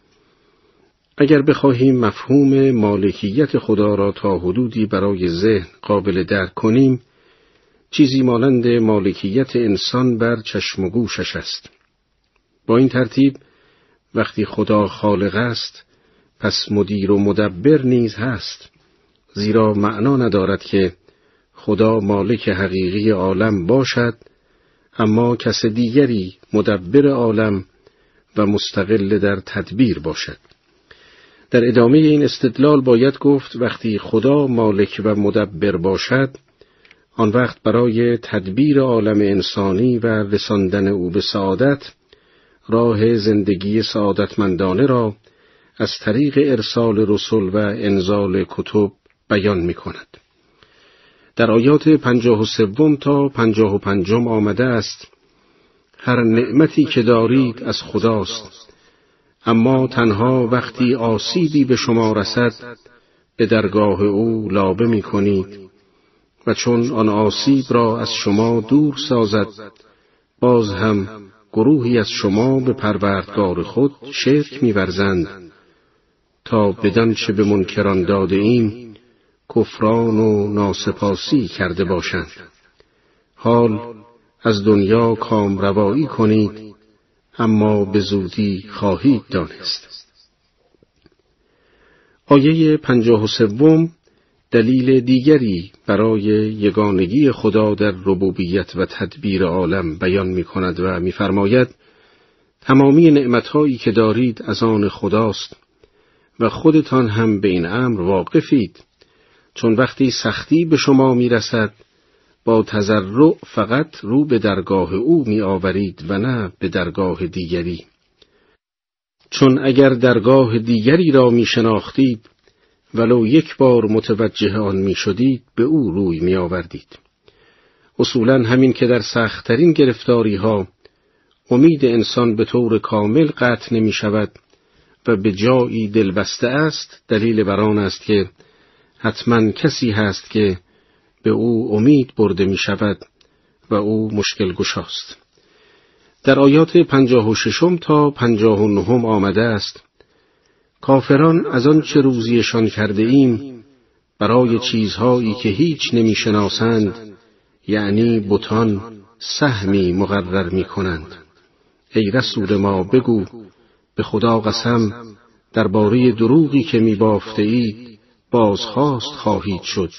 اگر بخواهیم مفهوم مالکیت خدا را تا حدودی برای ذهن قابل درک کنیم، چیزی مانند مالکیت انسان بر چشم و گوشش است. با این ترتیب وقتی خدا خالق است، پس مدیر و مدبر نیز هست، زیرا معنا ندارد که خدا مالک حقیقی عالم باشد اما کس دیگری مدبر عالم و مستقل در تدبیر باشد. در ادامه این استدلال باید گفت وقتی خدا مالک و مدبر باشد، آن وقت برای تدبیر عالم انسانی و رساندن او به سعادت، راه زندگی سعادتمندانه را از طریق ارسال رسل و انزال کتب بیان می کند. در آیات پنجاه و سوم تا پنجاه و پنجم آمده است: هر نعمتی که دارید از خداست، اما تنها وقتی آسیبی به شما رسد به درگاه او لابه می کنید و چون آن آسیب را از شما دور سازد، باز هم گروهی از شما به پروردگار خود شرک می ورزند تا بدان چه به منکران داده ایم کفران و ناسپاسی کرده باشند. حال از دنیا کامروایی کنید اما به زودی خواهید دانست. آیه پنجاه و سوم دلیل دیگری برای یگانگی خدا در ربوبیت و تدبیر عالم بیان می کند و می فرماید تمامی نعمتهایی که دارید از آن خداست و خودتان هم به این امر واقفید، چون وقتی سختی به شما می رسد با تضرع فقط رو به درگاه او می آورید و نه به درگاه دیگری. چون اگر درگاه دیگری را می شناختید ولو یک بار متوجه آن می شدید به او روی می آوردید. اصولاً همین که در سخت‌ترین گرفتاری ها امید انسان به طور کامل قطع نمی شود و به جایی دلبسته است، دلیل بر آن است که حتماً کسی هست که به او امید برده می شود و او مشکل گشاست. در آیات پنجاه و ششم تا پنجاه و نهم آمده است: کافران از آن چه روزیشان کرده ایم برای چیزهایی که هیچ نمی شناسند، یعنی بتان، سهمی مقرر می کنند. ای رسول ما بگو به خدا قسم درباره دروغی که می بافته اید بازخواست خواهید شد.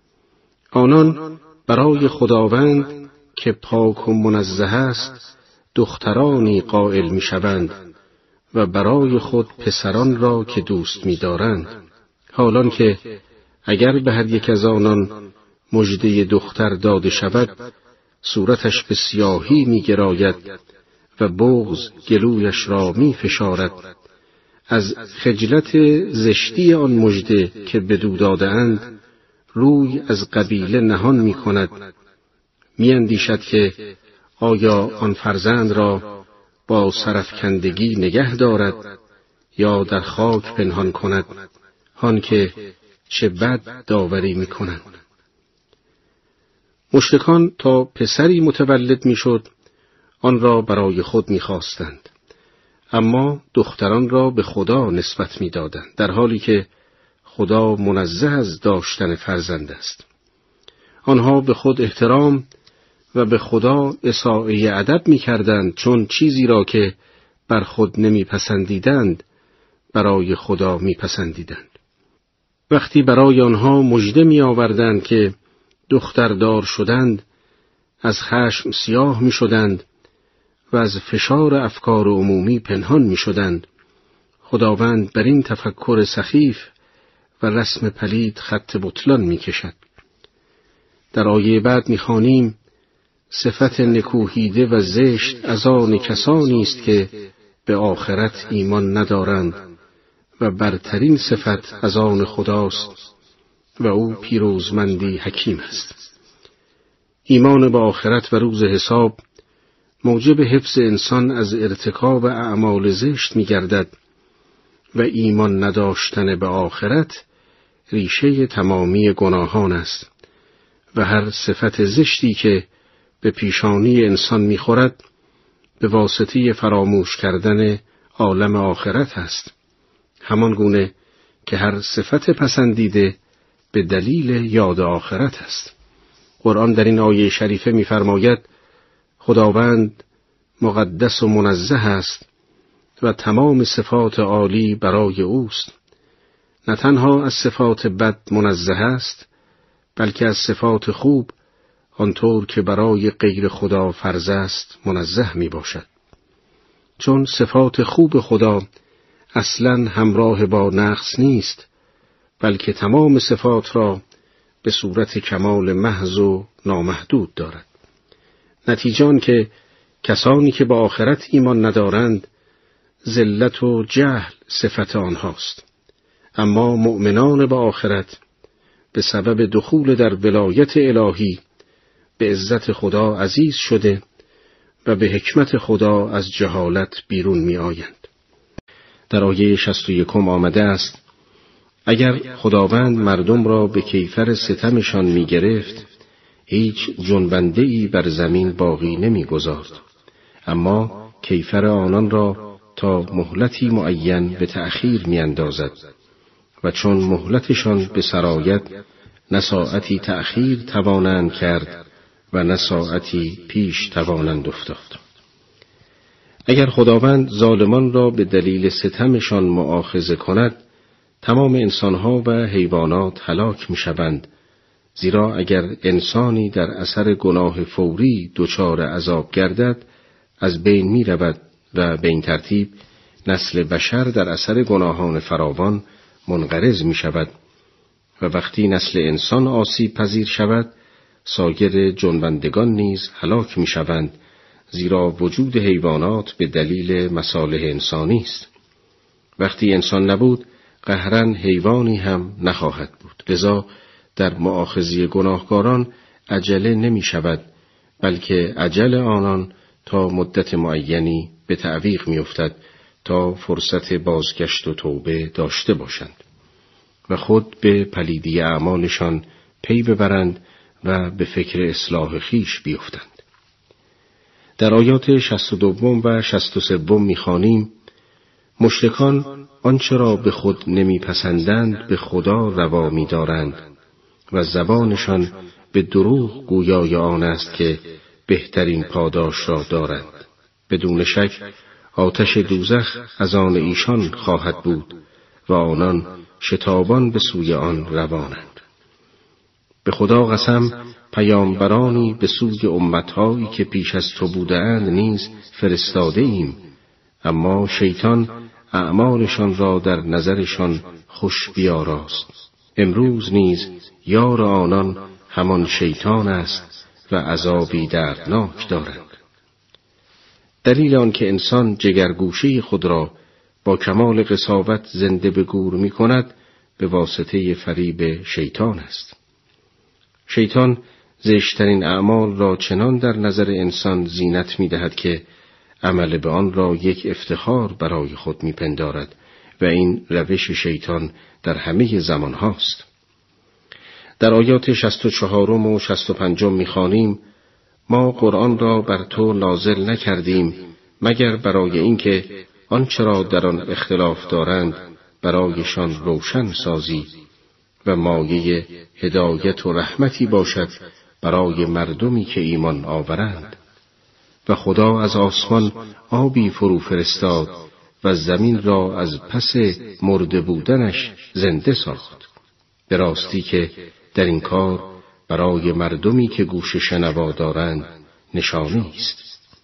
آنان برای خداوند که پاک و منزه است دخترانی قائل می شوند و برای خود پسران را که دوست می دارند، حالان که اگر به هر یک از آنان مژده دختر داده شود صورتش به سیاهی می گراید و بغض گلویش را می فشارد. از خجلت زشتی آن مژده که بدو داده اند روی از قبیله نهان می کند. می اندیشد که آیا آن فرزند را با سرفکندگی نگه دارد یا در خاک پنهان کند، هان که چه بد داوری می کنند. مشرکان تا پسری متولد می شد آن را برای خود می خواستند، اما دختران را به خدا نسبت می دادند، در حالی که خدا منزه از داشتن فرزند است. آنها به خود احترام و به خدا اساءه ادب می کردند، چون چیزی را که بر خود نمی پسندیدند برای خدا می پسندیدند. وقتی برای آنها مژده می آوردند که دختردار شدند از خشم سیاه می شدند و از فشار افکار عمومی پنهان می شدند. خداوند بر این تفکر سخیف و رسم پلید خط بطلان می کشد. در آیه بعد می خوانیم: صفت نکوهیده و زشت از آن کسانی است که به آخرت ایمان ندارند و برترین صفت از آن خداست و او پیروزمندی حکیم است. ایمان به آخرت و روز حساب موجب حفظ انسان از ارتکاب اعمال زشت می گردد و ایمان نداشتن به آخرت ریشه تمامی گناهان است و هر صفت زشتی که به پیشانی انسان می خورد به واسطه فراموش کردن عالم آخرت است، همان گونه که هر صفت پسندیده به دلیل یاد آخرت است. قرآن در این آیه شریفه می فرماید خداوند مقدس و منزه است و تمام صفات عالی برای اوست. نه تنها از صفات بد منزه است بلکه از صفات خوب آنطور که برای غیر خدا فرض است منزه می باشد. چون صفات خوب خدا اصلاً همراه با نقص نیست بلکه تمام صفات را به صورت کمال محض و نامحدود دارد. نتیجه آن که کسانی که به آخرت ایمان ندارند ذلت و جهل صفت آنهاست، اما مؤمنان به آخرت به سبب دخول در ولایت الهی به عزت خدا عزیز شده و به حکمت خدا از جهالت بیرون می آیند. در آیه شصت و یکم آمده است: اگر خداوند مردم را به کیفر ستمشان می گرفت هیچ جنبنده ای بر زمین باقی نمی گذارد، اما کیفر آنان را تا مهلتی معین به تأخیر می اندازد و چون مهلتشان به سرایت نه ساعتی تأخیر توانند کرد و نه ساعتی پیش توانند افتاد. اگر خداوند ظالمان را به دلیل ستمشان مؤاخذه کند تمام انسانها و حیوانات هلاک می شوند، زیرا اگر انسانی در اثر گناه فوری دچار عذاب گردد از بین می رود و به این ترتیب نسل بشر در اثر گناهان فراوان منقرض می شود و وقتی نسل انسان آسیب پذیر شود سایر جنبندگان نیز هلاک می شوند، زیرا وجود حیوانات به دلیل مصالح انسانی است. وقتی انسان نبود قهرن حیوانی هم نخواهد بود، لذا در مؤاخذه گناهکاران عجله نمی شود، بلکه عجل آنان تا مدت معینی به تعویق می افتد تا فرصت بازگشت و توبه داشته باشند و خود به پلیدی اعمالشان پی ببرند و به فکر اصلاح خیش بیفتند. در آیات شصت و دو و شصت و سه می‌خوانیم: مشرکان آنچه را به خود نمیپسندند به خدا روا می‌دارند و زبانشان به دروغ گویای آن است که بهترین پاداش را دارند. بدون شک آتش دوزخ از آن ایشان خواهد بود و آنان شتابان به سوی آن روانند. به خدا قسم پیامبرانی به سوی امتهایی که پیش از تو بودند نیز فرستاده ایم، اما شیطان اعمالشان را در نظرشان خوش بیاراست. امروز نیز یار آنان همان شیطان است و عذابی دردناک دارند. دلیل آن که انسان جگرگوشه خود را با کمال قساوت زنده به گور می کند به واسطه فریب شیطان است. شیطان زشترین اعمال را چنان در نظر انسان زینت می دهد که عمل به آن را یک افتخار برای خود می پندارد و این روش شیطان در همه زمان هاست. در آیات شصت و چهار و شصت و پنج می خوانیم: ما قرآن را بر تو نازل نکردیم مگر برای اینکه آنچه را در آن اختلاف دارند برایشان روشن سازی و مایه هدایت و رحمتی باشد برای مردمی که ایمان آورند. و خدا از آسمان آبی فرو فرستاد و زمین را از پس مرده بودنش زنده ساخت. به راستی که در این کار برای مردمی که گوش شنوا دارند نشانه است.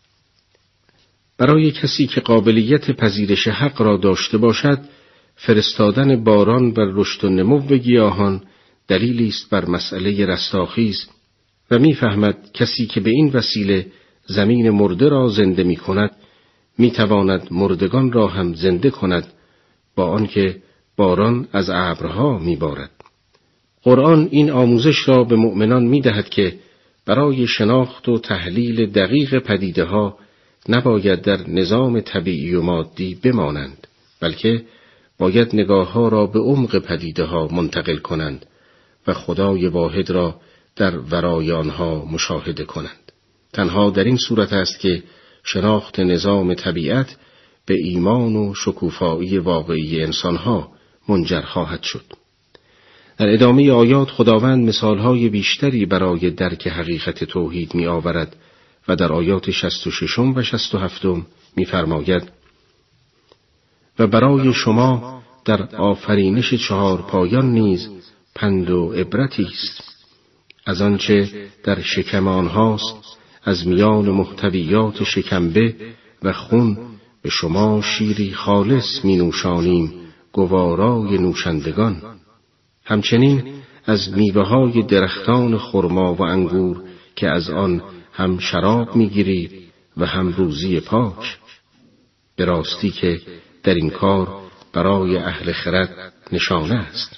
برای کسی که قابلیت پذیرش حق را داشته باشد، فرستادن باران بر رشد و نمو گیاهان دلیلی است بر مسئله رستاخیز و می‌فهمد کسی که به این وسیله زمین مرده را زنده می کند می تواند مردگان را هم زنده کند با آنکه باران از ابرها می بارد. قرآن این آموزش را به مؤمنان می دهد که برای شناخت و تحلیل دقیق پدیده ها نباید در نظام طبیعی و مادی بمانند، بلکه باید نگاه ها را به عمق پدیده ها منتقل کنند و خدای واحد را در ورای آنها مشاهده کنند. تنها در این صورت است که شناخت نظام طبیعت به ایمان و شکوفایی واقعی انسانها منجر خواهد شد. در ادامه آیات خداوند مثالهای بیشتری برای درک حقیقت توحید می آورد و در آیات شصت و شش و شصت و هفت می فرماید: و برای شما در آفرینش چهار پایان نیز پند و عبرتی است. از آنچه در شکم آنهاست از میان محتویات شکمبه و خون به شما شیری خالص می نوشانیم گوارای نوشندگان. همچنین از میوه های درختان خرما و انگور که از آن هم شراب می گیرید و هم روزی پاک. به راستی که در این کار برای اهل خرد نشانه است.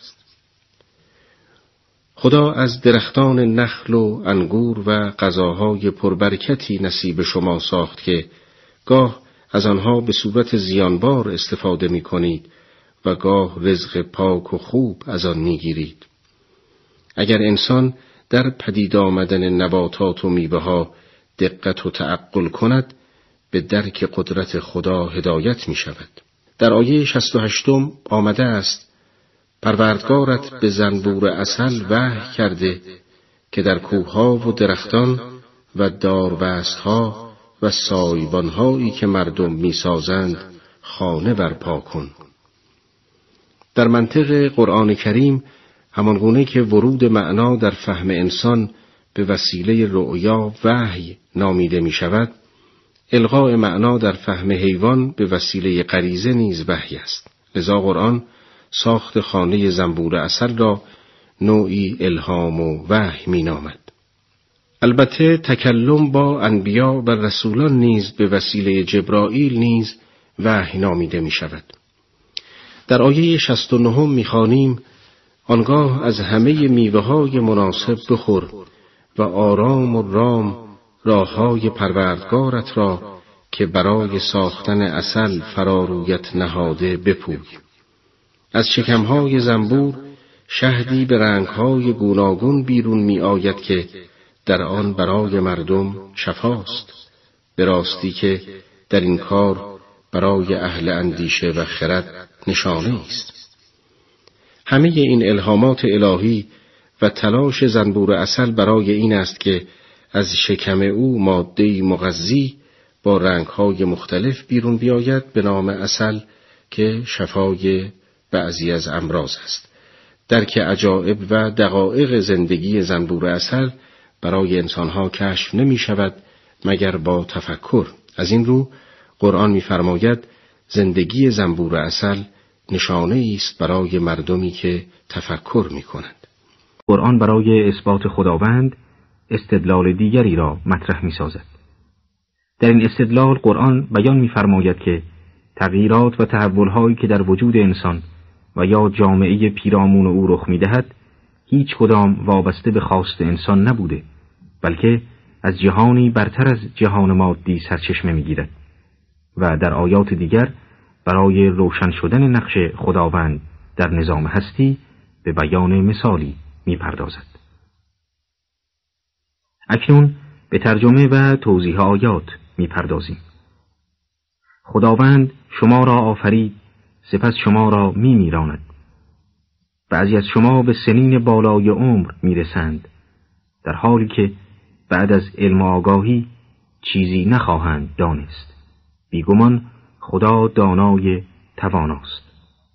خدا از درختان نخل و انگور و غذاهای پربرکتی نصیب شما ساخت که گاه از آنها به صورت زیانبار استفاده می کنید و گاه رزق پاک و خوب از آن می گیرید. اگر انسان در پدید آمدن نباتات و میوه ها دقت و تعقل کند به درک قدرت خدا هدایت می شود. در آیه شصت و هشت آمده است: پروردگارت به زنبور عسل وحی کرده که در کوهها و درختان و داروستها و سایبانهایی که مردم می سازند خانه برپا کن. در منطق قرآن کریم همانگونه که ورود معنا در فهم انسان به وسیله رؤیا وحی نامیده می شود، الغاء معنا در فهم حیوان به وسیله غریزه نیز وحی است. لذا قرآن ساخت خانه زنبور عسل را نوعی الهام و وحی می نامد. البته تکلم با انبیا و رسولان نیز به وسیله جبرائیل نیز وحی نامیده می شود. در آیه شصت و نه می خوانیم: آنگاه از همه میوه‌های مناسب بخور و آرام و رام راه‌های پروردگارت را که برای ساختن عسل فرارویت نهاده بپوی. از شکمهای زنبور شهدی به رنگهای گوناگون بیرون می آید که در آن برای مردم شفاست. به راستی که در این کار برای اهل اندیشه و خرد نشانه است. همه این الهامات الهی و تلاش زنبور عسل برای این است که از شکم او ماده‌ای مغذی با رنگ‌های مختلف بیرون بیاید به نام عسل که شفای بعضی از امراض است. درک عجایب و دقایق زندگی زنبور عسل برای انسانها کشف نمی شود مگر با تفکر. از این رو قرآن می فرماید زندگی زنبور عسل نشانه است برای مردمی که تفکر می کنند. قرآن برای اثبات خداوند استدلال دیگری را مطرح می سازد. در این استدلال قرآن بیان می فرماید که تغییرات و تحولهایی که در وجود انسان و یا جامعه پیرامون او رخ می دهد هیچ کدام وابسته به خواست انسان نبوده، بلکه از جهانی برتر از جهان مادی سرچشمه می گیرد و در آیات دیگر برای روشن شدن نقش خداوند در نظام هستی به بیان مثالی می پردازد. اکنون به ترجمه و توضیح آیات می پردازیم. خداوند شما را آفرید، سپس شما را می میراند. بعضی از شما به سنین بالای عمر می رسند، در حالی که بعد از علم و آگاهی چیزی نخواهند دانست. بیگمان خدا دانای تواناست.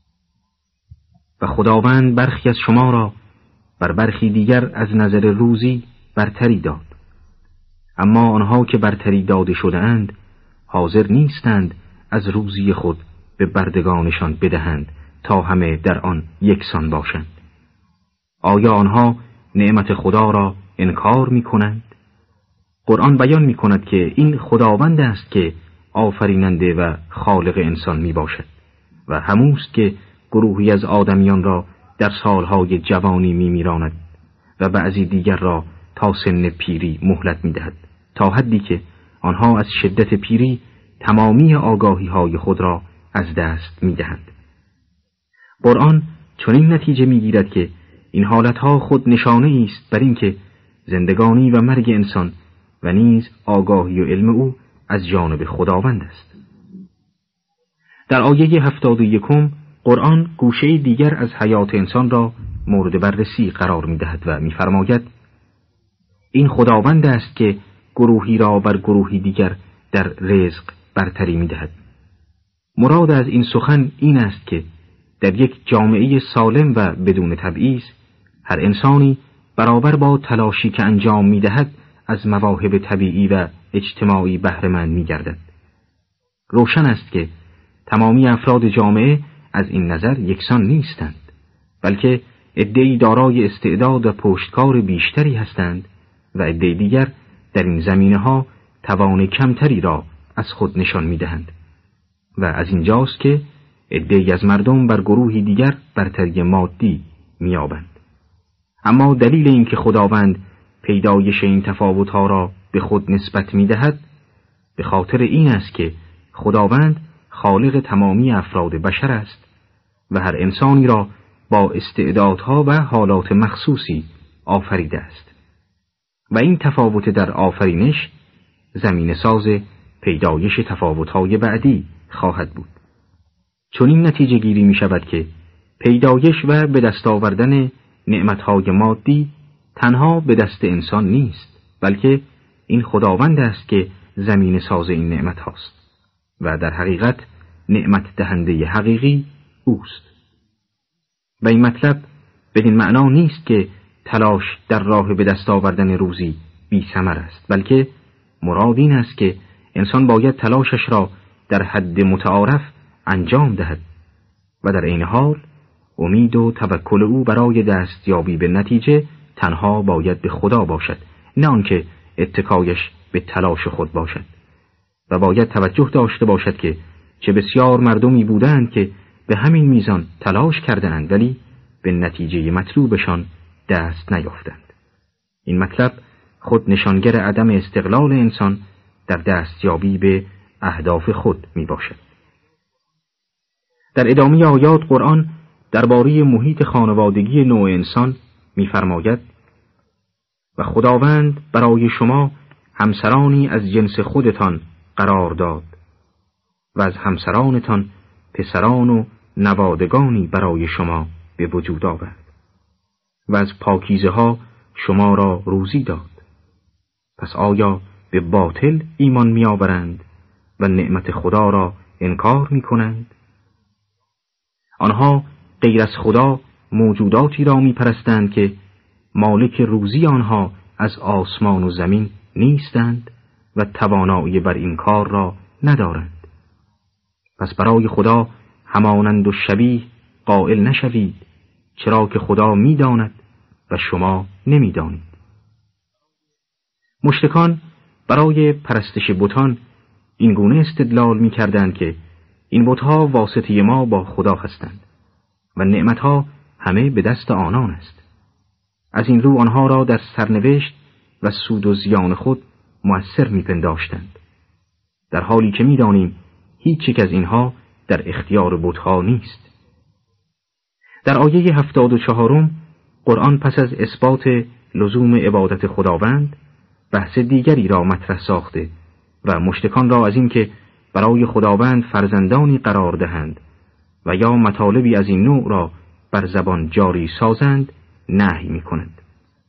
و خداوند برخی از شما را بر برخی دیگر از نظر روزی برتری داد، اما آنها که برتری داده شده اند حاضر نیستند از روزی خود به بردگانشان بدهند تا همه در آن یکسان باشند. آیا آنها نعمت خدا را انکار می کنند؟ قرآن بیان می کند که این خداوند است که آفریننده و خالق انسان می باشد و هموست که گروهی از آدمیان را در سالهای جوانی می میراند و بعضی دیگر را تا سن پیری مهلت می دهد، تا حدی که آنها از شدت پیری تمامی آگاهی های خود را از دست می دهند. قرآن چنین نتیجه می گیرد که این حالتها خود نشانه است بر این که زندگانی و مرگ انسان و نیز آگاهی و علم او از جانب خداوند است. در آیه هفتاد و یکم قرآن گوشه دیگر از حیات انسان را مورد بررسی قرار می دهد و می فرماید این خداوند است که گروهی را بر گروهی دیگر در رزق برتری می دهد. مراد از این سخن این است که در یک جامعه سالم و بدون تبعیض هر انسانی برابر با تلاشی که انجام می دهد از مواهب طبیعی و اجتماعی بهره مند می گردد. روشن است که تمامی افراد جامعه از این نظر یکسان نیستند، بلکه عده‌ای دارای استعداد و پشتکار بیشتری هستند و عده دیگر در این زمینه‌ها توان کمتری را از خود نشان می‌دهند و از اینجاست که عده‌ای از مردم بر گروهی دیگر برتری مادی می‌یابند. اما دلیل اینکه خداوند پیدایش این تفاوت‌ها را به خود نسبت می‌دهد به خاطر این است که خداوند خالق تمامی افراد بشر است و هر انسانی را با استعدادها و حالات مخصوصی آفریده است و این تفاوت در آفرینش زمینه ساز پیدایش تفاوت‌های بعدی خواهد بود. چون این نتیجه گیری می شود که پیدایش و به دست آوردن نعمت‌های مادی تنها به دست انسان نیست، بلکه این خداوند است که زمینه ساز این نعمت هاست و در حقیقت نعمت دهنده حقیقی اوست. و این مطلب بدین معنا نیست که تلاش در راه به دست آوردن روزی بی ثمر است، بلکه مراد این است که انسان باید تلاشش را در حد متعارف انجام دهد و در عین حال امید و توکل او برای دستیابی به نتیجه تنها باید به خدا باشد، نه آنکه اتکایش به تلاش خود باشد. و باید توجه داشته باشد که چه بسیار مردمی بودند که به همین میزان تلاش کردند ولی به نتیجه مطلوبشان دست نیافتند. این مطلب خود نشانگر عدم استقلال انسان در دستیابی به اهداف خود می باشد. در ادامه آیات قرآن درباره محیط خانوادگی نوع انسان می‌فرماید: و خداوند برای شما همسرانی از جنس خودتان قرار داد و از همسرانتان پسران و نوادگانی برای شما به وجود آورد و از پاکیزه ها شما را روزی داد. پس آیا به باطل ایمان می آورند و نعمت خدا را انکار می کنند؟ آنها غیر از خدا موجوداتی را می پرستند که مالک روزی آنها از آسمان و زمین نیستند و توانایی بر این کار را ندارند. پس برای خدا همانند و شبیه قائل نشوید، چرا که خدا می داند و شما نمی دانید. مشرکان برای پرستش بتان این گونه استدلال می کردند که این بتها واسطه ما با خدا هستند و نعمتها همه به دست آنان است. از این رو آنها را در سرنوشت و سود و زیان خود مؤثر می پنداشتند، در حالی که می دانیم هیچ یک از اینها در اختیار بتها نیست. در آیه هفتاد و چهارم قرآن پس از اثبات لزوم عبادت خداوند بحث دیگری را مطرح ساخته و مشرکان را از این که برای خداوند فرزندانی قرار دهند و یا مطالبی از این نوع را بر زبان جاری سازند نهی می کند.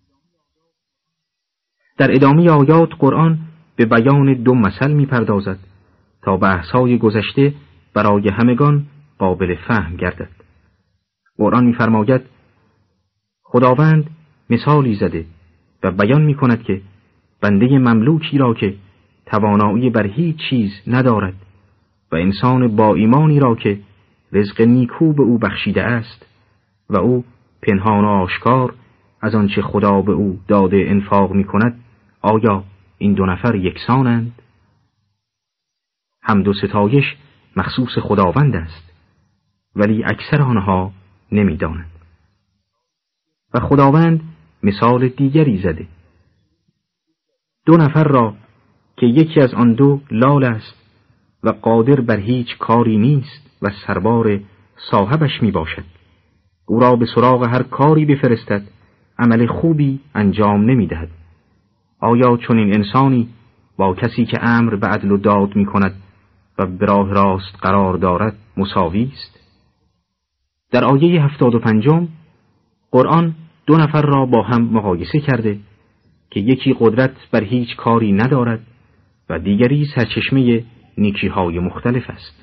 در ادامه آیات قرآن به بیان دو مثل می پردازد تا بحث‌های گذشته برای همگان قابل فهم گردد. قرآن می فرماید: خداوند مثالی زده و بیان می کند که بنده مملوکی را که توانایی بر هیچ چیز ندارد و انسان با ایمانی را که رزق نیکو به او بخشیده است و او پنهان و آشکار از آنچه خدا به او داده انفاق می کند، آیا این دو نفر یکسانند؟ حمد و ستایش مخصوص خداوند است، ولی اکثر آنها نمی دانند. و خداوند مثال دیگری زده: دو نفر را که یکی از آن دو لال است و قادر بر هیچ کاری نیست و سربار صاحبش می باشد، او را به سراغ هر کاری بفرستد عمل خوبی انجام نمی دهد. آیا چون این انسانی با کسی که امر به عدل و داد می کند و به راه راست قرار دارد مساوی است؟ در آیه هفتاد و پنجم قرآن دو نفر را با هم مقایسه کرده که یکی قدرت بر هیچ کاری ندارد و دیگری سرچشمه نیکی‌های مختلف است.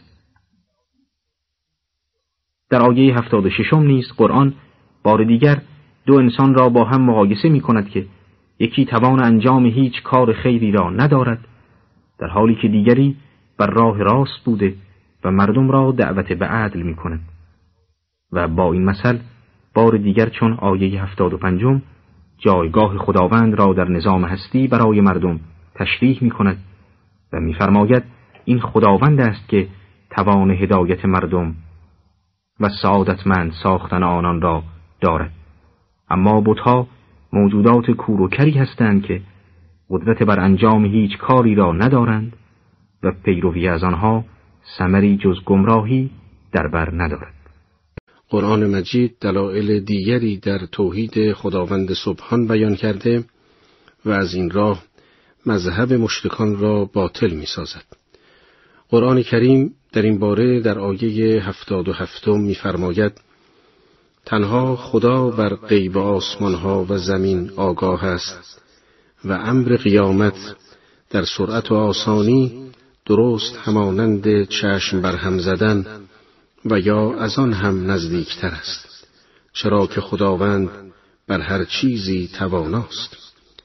در آیه هفتاد و ششم نیز قرآن بار دیگر دو انسان را با هم مقایسه می کند که یکی توان انجام هیچ کار خیری را ندارد، در حالی که دیگری بر راه راست بوده و مردم را دعوت به عدل می کند. و با این مثل بار دیگر چون آیه هفتاد و پنجم جایگاه خداوند را در نظام هستی برای مردم تشریح می کند و می فرماید این خداوند است که توان هدایت مردم و سعادتمند ساختن آنان را دارد. اما بتها موجودات کوروکری هستند که قدرت بر انجام هیچ کاری را ندارند و پیروی از آنها ثمری جز گمراهی در بر ندارد. قرآن مجید دلایل دیگری در توحید خداوند سبحان بیان کرده و از این راه مذهب مشرکان را باطل می سازد. قرآن کریم در این باره در آیه هفتاد و هفتم می فرماید: تنها خدا بر غیب آسمانها و زمین آگاه است و امر قیامت در سرعت و آسانی درست همانند چشم بر هم زدن و یا از آن هم نزدیکتر است چرا که خداوند بر هر چیزی تواناست.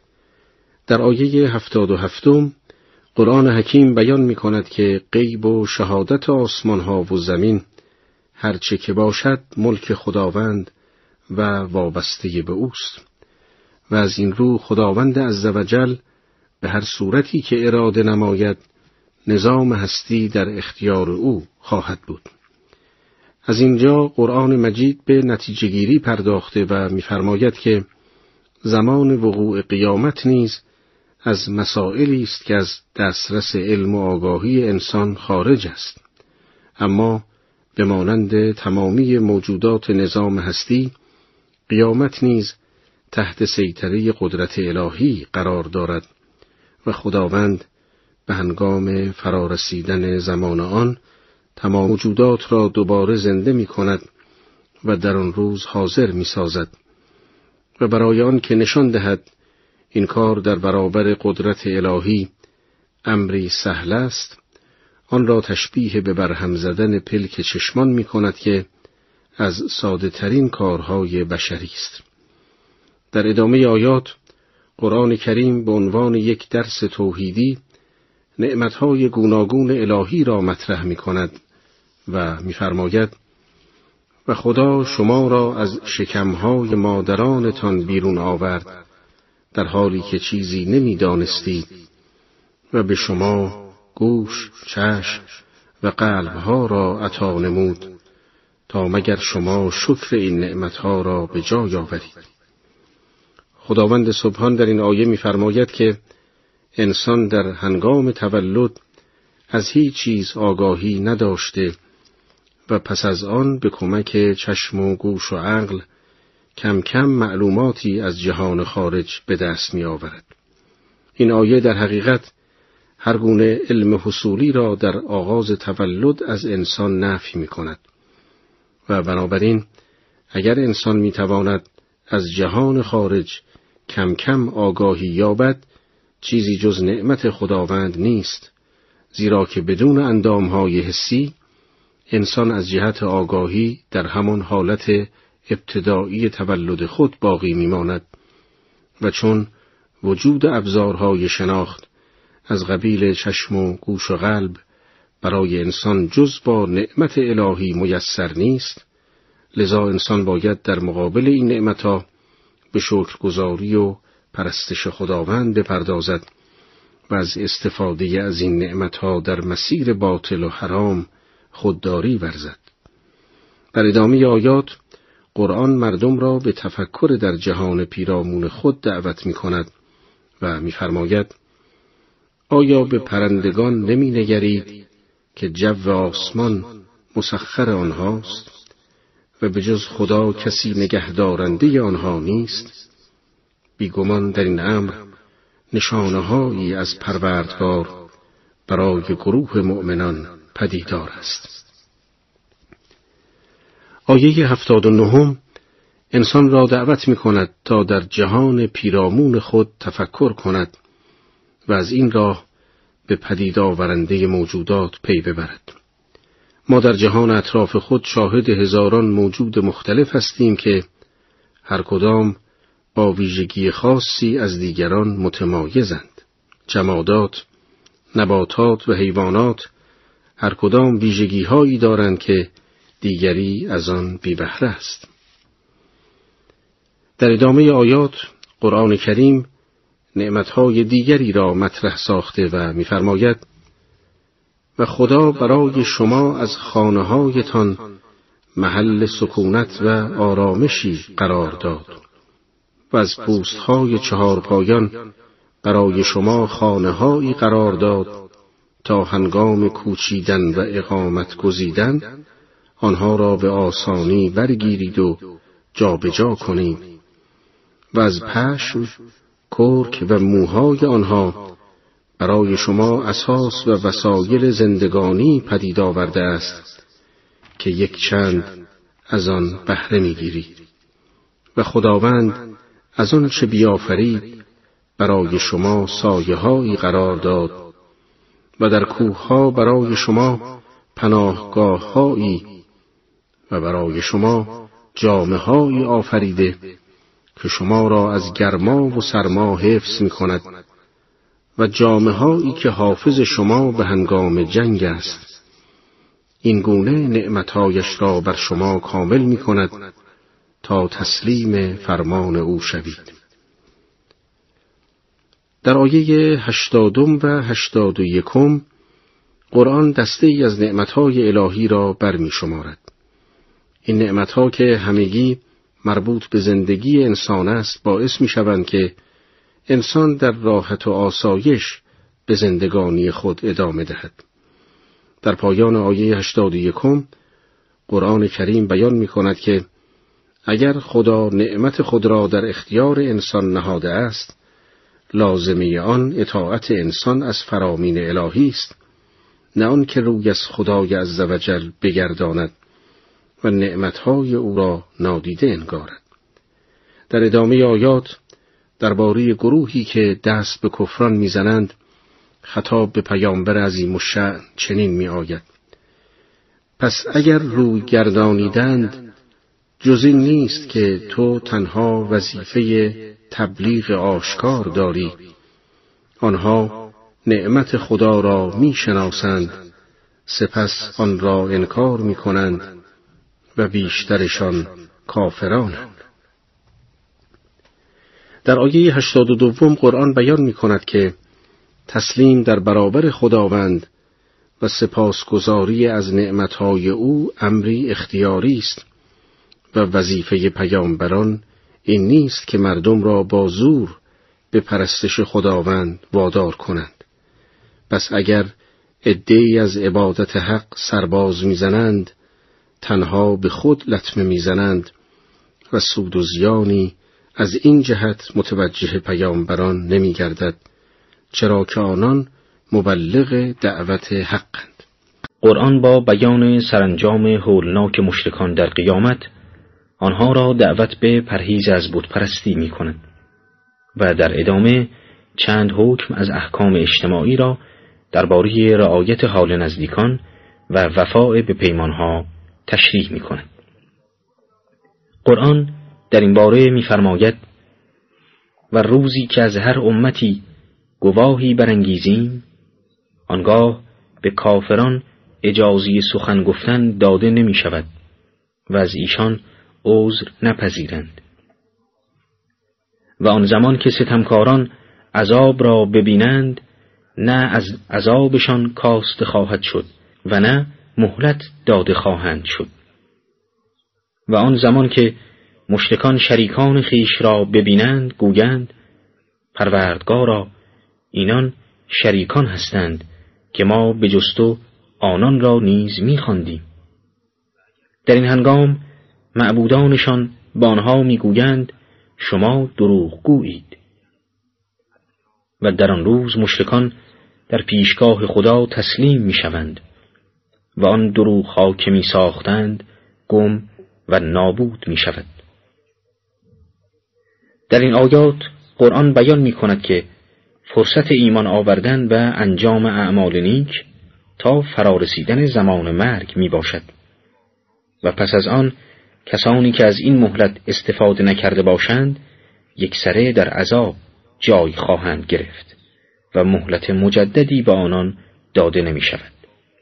در آیه هفتاد و هفتم قرآن حکیم بیان می کند که غیب و شهادت آسمان ها و زمین هرچه که باشد ملک خداوند و وابسته به اوست و از این رو خداوند عزوجل به هر صورتی که اراده نماید نظام هستی در اختیار او خواهد بود. از اینجا قرآن مجید به نتیجه گیری پرداخته و می‌فرماید که زمان وقوع قیامت نیز از مسائلی است که از دسترس علم و آگاهی انسان خارج است، اما به مانند تمامی موجودات نظام هستی قیامت نیز تحت سیطره قدرت الهی قرار دارد و خداوند به هنگام فرارسیدن زمان آن تمام موجودات را دوباره زنده می کند و در آن روز حاضر می سازد و برای آن که نشان دهد این کار در برابر قدرت الهی امری سهل است، آن را تشبیه به برهم زدن پلک چشمان می کند که از ساده ترین کارهای بشری است. در ادامه آیات قرآن کریم به عنوان یک درس توحیدی نعمتهای گوناگون الهی را مطرح می کند و می فرماید و خدا شما را از شکمهای مادرانتان بیرون آورد در حالی که چیزی نمی دانستید و به شما گوش، چشم و قلبها را عطا نمود تا مگر شما شکر این نعمتها را به جای آورید. خداوند سبحان در این آیه می فرماید که انسان در هنگام تولد از هیچ چیز آگاهی نداشته و پس از آن به کمک چشم و گوش و عقل کم کم معلوماتی از جهان خارج به دست می آورد. این آیه در حقیقت هر گونه علم حصولی را در آغاز تولد از انسان نفی می کند و بنابراین اگر انسان می تواند از جهان خارج کم کم آگاهی یابد چیزی جز نعمت خداوند نیست، زیرا که بدون اندامهای حسی انسان از جهت آگاهی در همان حالت ابتدایی تولد خود باقی میماند و چون وجود ابزارهای شناخت از قبیل چشم و گوش و قلب برای انسان جز با نعمت الهی میسر نیست، لذا انسان باید در مقابل این نعمتها به شکرگزاری و پرستش خداوند بپردازد و از استفاده از این نعمتها در مسیر باطل و حرام خودداری ورزد. در ادامه آیات قرآن مردم را به تفکر در جهان پیرامون خود دعوت می کند و می فرماید آیا به پرندگان نمی نگرید که جو آسمان مسخر آنهاست و به جز خدا کسی نگهدارنده آنها نیست؟ بیگمان در این امر نشانه‌هایی از پروردگار برای گروه مؤمنان پدیدار است. آیه هفتاد و نهم انسان را دعوت می کند تا در جهان پیرامون خود تفکر کند و از این راه به پدید آورنده موجودات پی ببرد. ما در جهان اطراف خود شاهد هزاران موجود مختلف هستیم که هر کدام با ویژگی خاصی از دیگران متمایزند. جمادات، نباتات و حیوانات هر کدام ویژگی هایی دارند که دیگری از آن بی بهره است. در ادامه آیات قرآن کریم نعمتهای دیگری را مطرح ساخته و می‌فرماید و خدا برای شما از خانه‌هایتان محل سکونت و آرامشی قرار داد و از پوست‌های چهارپایان برای شما خانه‌هایی قرار داد تا هنگام کوچیدن و اقامت گزیدن آنها را به آسانی برگیرید و جابجا کنید و از پشم، کرک و موهای آنها برای شما اساس و وسایل زندگانی پدید آورده است که یک چند از آن بهره می‌گیرید و خداوند از آن چه بیافرید برای شما سایه‌هایی قرار داد و در کوه‌ها برای شما پناهگاه‌هایی و برای شما جامه‌هایی آفریده که شما را از گرما و سرما حفظ می‌کند و جامه‌هایی که حافظ شما به هنگام جنگ است. این گونه نعمت‌هایش را بر شما کامل می‌کند تا تسلیم فرمان او شوید. در آیه هشتادم و هشتاد و یکم قرآن دسته‌ای از نعمت‌های الهی را برمی شمارد. این نعمت‌ها که همگی مربوط به زندگی انسان است باعث می‌شوند که انسان در راحت و آسایش به زندگانی خود ادامه دهد. در پایان آیه هشتاد و یکم قرآن کریم بیان می‌کند که اگر خدا نعمت خود را در اختیار انسان نهاده است، لازمه آن اطاعت انسان از فرامین الهی است، نه آن که روی از خدای عزوجل بگرداند و نعمتهای او را نادیده انگارد. در ادامه آیات درباره گروهی که دست به کفران میزنند خطاب به پیامبر عظیم الشأن چنین می آید: پس اگر روی گردانیدند جز این نیست که تو تنها وظیفه تبلیغ آشکار داری. آنها نعمت خدا را می شناسند، سپس آن را انکار می کنند و بیشترشان کافرانند. در آیه هشتاد و دوم قرآن بیان می کند که تسلیم در برابر خداوند و سپاسگزاری از نعمتهای او امری اختیاری است و وظیفه پیامبران این نیست که مردم را با زور به پرستش خداوند وادار کنند. پس اگر عده‌ای از عبادت حق سرباز میزنند، تنها به خود لطمه میزنند و سود و زیانی از این جهت متوجه پیامبران نمیگردد، چرا که آنان مبلغ دعوت حقند. قرآن با بیان سرانجام هولناک مشرکان در قیامت آنها را دعوت به پرهیز از بتپرستی می کند و در ادامه چند حکم از احکام اجتماعی را درباره رعایت حال نزدیکان و وفاء به پیمانها تشریح می کند. قرآن در این باره می فرماید: و روزی که از هر امتی گواهی برانگیزیم، آنگاه به کافران اجازه سخن گفتن داده نمی شود و از ایشان عذر نپذیرند. و آن زمان که ستمکاران عذاب را ببینند، نه از عذابشان کاسته خواهد شد و نه مهلت داده خواهند شد. و آن زمان که مشرکان شریکان خیش را ببینند گویند: پروردگارا، اینان شریکان هستند که ما به جز تو آنان را نیز می‌خواندیم. در این هنگام معبودانشان با آنها میگویند: شما دروغگویید. و در آن روز مشرکان در پیشگاه خدا تسلیم میشوند و آن دروغ‌ها که میساختند گم و نابود میشود. در این آیات قرآن بیان میکند که فرصت ایمان آوردن به انجام اعمال نیک تا فرارسیدن زمان مرگ می باشد و پس از آن کسانی که از این مهلت استفاده نکرده باشند یکسره در عذاب جای خواهند گرفت و مهلت مجددی به آنان داده نمی شود.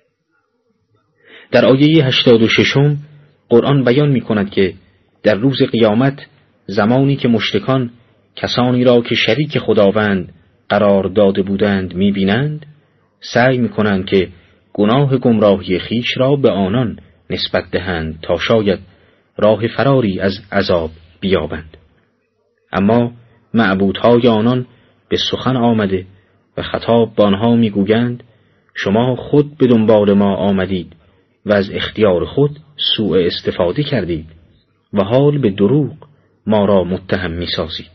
در آیه هشتاد و ششم قرآن بیان می کند که در روز قیامت زمانی که مشرکان کسانی را که شریک خداوند قرار داده بودند می بینند، سعی می کنند که گناه گمراهی خیش را به آنان نسبت دهند تا شاید راه فراری از عذاب بیابند. اما معبودهای آنان به سخن آمده و خطاب به آنها می گویند: شما خود به دنبال ما آمدید و از اختیار خود سوء استفاده کردید و حال به دروغ ما را متهم می سازید.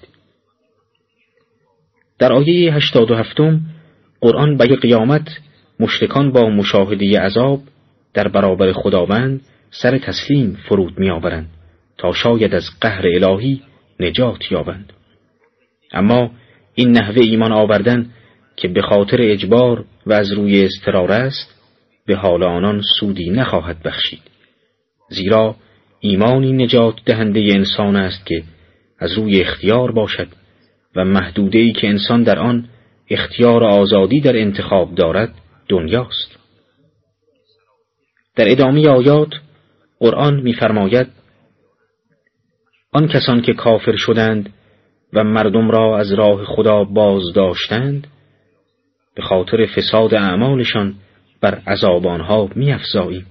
در آیه هشتاد و هفتم قرآن به قیامت مشرکان با مشاهده عذاب در برابر خداوند سر تسلیم فرود می آورند تا شاید از قهر الهی نجات یابند. اما این نحوه ایمان آوردن که به خاطر اجبار و از روی اضطرار است به حال آنان سودی نخواهد بخشید، زیرا ایمانی نجات دهنده انسان است که از روی اختیار باشد و محدوده‌ای که انسان در آن اختیار آزادی در انتخاب دارد دنیاست. در ادامه آیات قرآن می‌فرماید آن کسان که کافر شدند و مردم را از راه خدا باز داشتند به خاطر فساد اعمالشان بر عذاب آنها می‌افزاییم.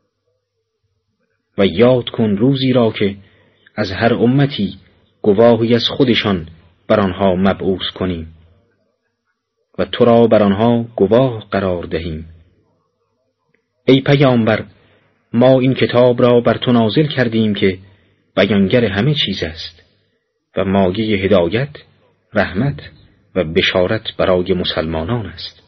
و یاد کن روزی را که از هر امتی گواهی از خودشان بر آنها مبعوث کنیم و تو را بر آنها گواه قرار دهیم. ای پیامبر، ما این کتاب را بر تو نازل کردیم که بیانگر همه چیز است و مایه هدایت، رحمت و بشارت برای مسلمانان است.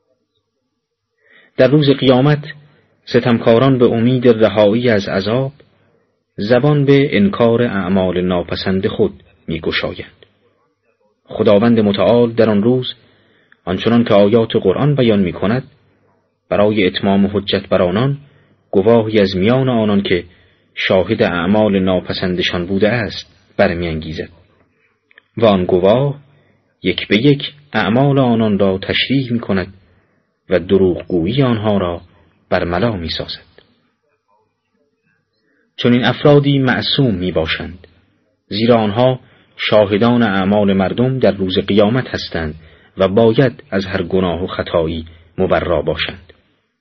در روز قیامت ستمکاران به امید رهایی از عذاب زبان به انکار اعمال ناپسند خود می گشایند. خداوند متعال در آن روز آنچنان که آیات قرآن بیان می کند برای اتمام حجت بر آنان گواهی از میان آنان که شاهد اعمال ناپسندشان بوده است برمی انگیزد و آن گواه یک به یک اعمال آنان را تشریح می کند و دروغگویی آنها را برملا می سازد. چون این افرادی معصوم می باشند زیرا آنها شاهدان اعمال مردم در روز قیامت هستند و باید از هر گناه و خطایی مبرا باشند.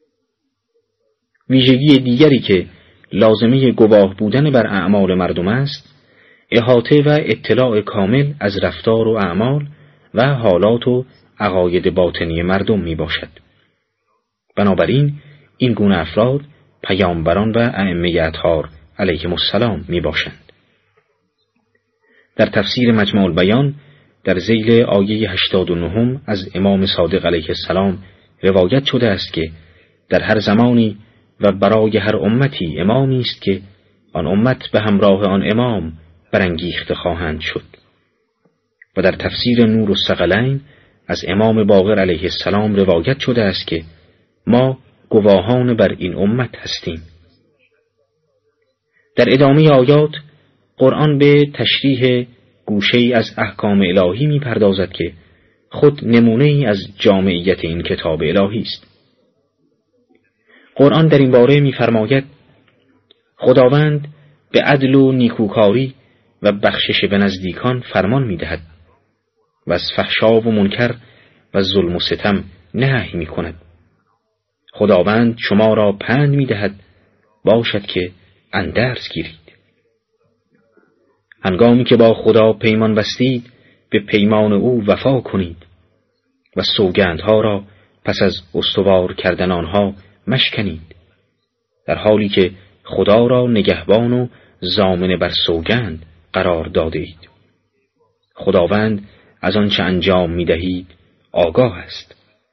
ویژگی دیگری که لازمه گواه بودن بر اعمال مردم است احاطه و اطلاع کامل از رفتار و اعمال و حالات و عقاید باطنی مردم می باشد. بنابراین این گونه افراد پیامبران و ائمه اطهار علیهم السلام می باشند. در تفسیر مجموع البیان در ذیل آیه هشتاد و نه از امام صادق علیه السلام روایت شده است که در هر زمانی و برای هر امتی امامی است که آن امت به همراه آن امام برانگیخته خواهند شد. و در تفسیر نور الثقلین از امام باقر علیه السلام روایت شده است که ما گواهان بر این امت هستیم. در ادامه آیات قرآن به تشریح گوشه‌ای از احکام الهی می پردازد که خود نمونه‌ای از جامعیت این کتاب الهی است. قرآن در این باره می فرماید خداوند به عدل و نیکوکاری و بخشش به نزدیکان فرمان می دهد و از فحشا و منکر و ظلم و ستم نهی می کند. خداوند شما را پند می دهد باشد که اندرز گیرید. هنگامی که با خدا پیمان بستید به پیمان او وفا کنید و سوگندها را پس از استوار کردن آنها مشکنید، در حالی که خدا را نگهبان و ضامن بر سوگند قرار داده اید. خداوند از آنچه انجام می دهید آگاه است.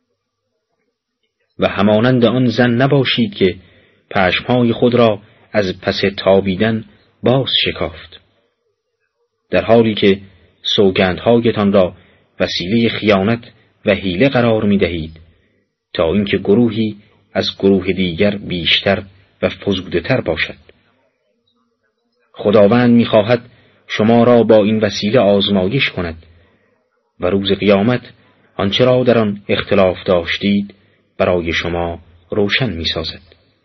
و همانند آن زن نباشید که پشمهای خود را از پس تابیدن باز شکافت، در حالی که سوگندهایتان را وسیله خیانت و حیله قرار می دهید تا اینکه گروهی از گروه دیگر بیشتر و فزوده‌تر باشد. خداوند می خواهد شما را با این وسیله آزمایش کند و روز قیامت آنچه را در آن اختلاف داشتید برای شما روشن می سازد.